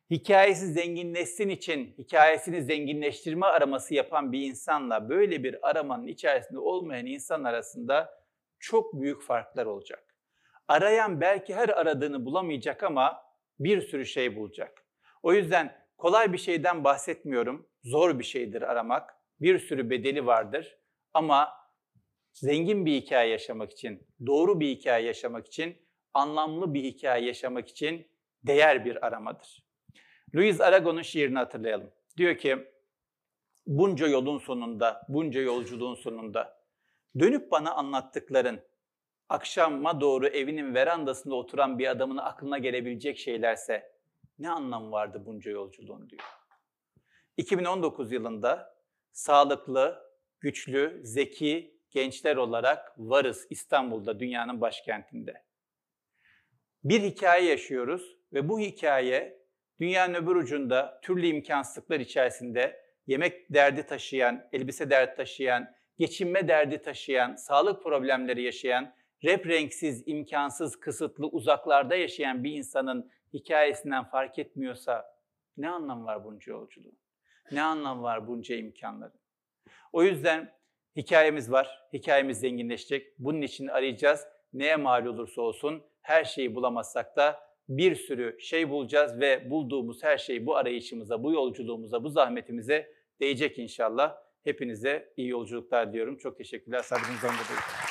hikayesi zenginleşsin için hikayesini zenginleştirme araması yapan bir insanla böyle bir aramanın içerisinde olmayan insan arasında çok büyük farklar olacak. Arayan belki her aradığını bulamayacak ama bir sürü şey bulacak. O yüzden kolay bir şeyden bahsetmiyorum. Zor bir şeydir aramak. Bir sürü bedeli vardır. Ama zengin bir hikaye yaşamak için, doğru bir hikaye yaşamak için, anlamlı bir hikaye yaşamak için değer bir aramadır. Louis Aragon'un şiirini hatırlayalım. Diyor ki, bunca yolun sonunda, bunca yolculuğun sonunda dönüp bana anlattıkların, akşama doğru evinin verandasında oturan bir adamın aklına gelebilecek şeylerse ne anlam vardı bunca yolculuğun diyor. iki bin on dokuz yılında sağlıklı, güçlü, zeki gençler olarak varız İstanbul'da, dünyanın başkentinde. Bir hikaye yaşıyoruz ve bu hikaye dünyanın öbür ucunda türlü imkansızlıklar içerisinde yemek derdi taşıyan, elbise derdi taşıyan, geçinme derdi taşıyan, sağlık problemleri yaşayan, rep renksiz, imkansız, kısıtlı, uzaklarda yaşayan bir insanın hikayesinden fark etmiyorsa ne anlam var bunca yolculuğun? Ne anlam var bunca imkanların? O yüzden hikayemiz var, hikayemiz zenginleşecek. Bunun için arayacağız. Neye mal olursa olsun her şeyi bulamazsak da bir sürü şey bulacağız ve bulduğumuz her şey bu arayışımıza, bu yolculuğumuza, bu zahmetimize değecek inşallah. Hepinize iyi yolculuklar diyorum. Çok teşekkürler. Sabrınızdan dolayı.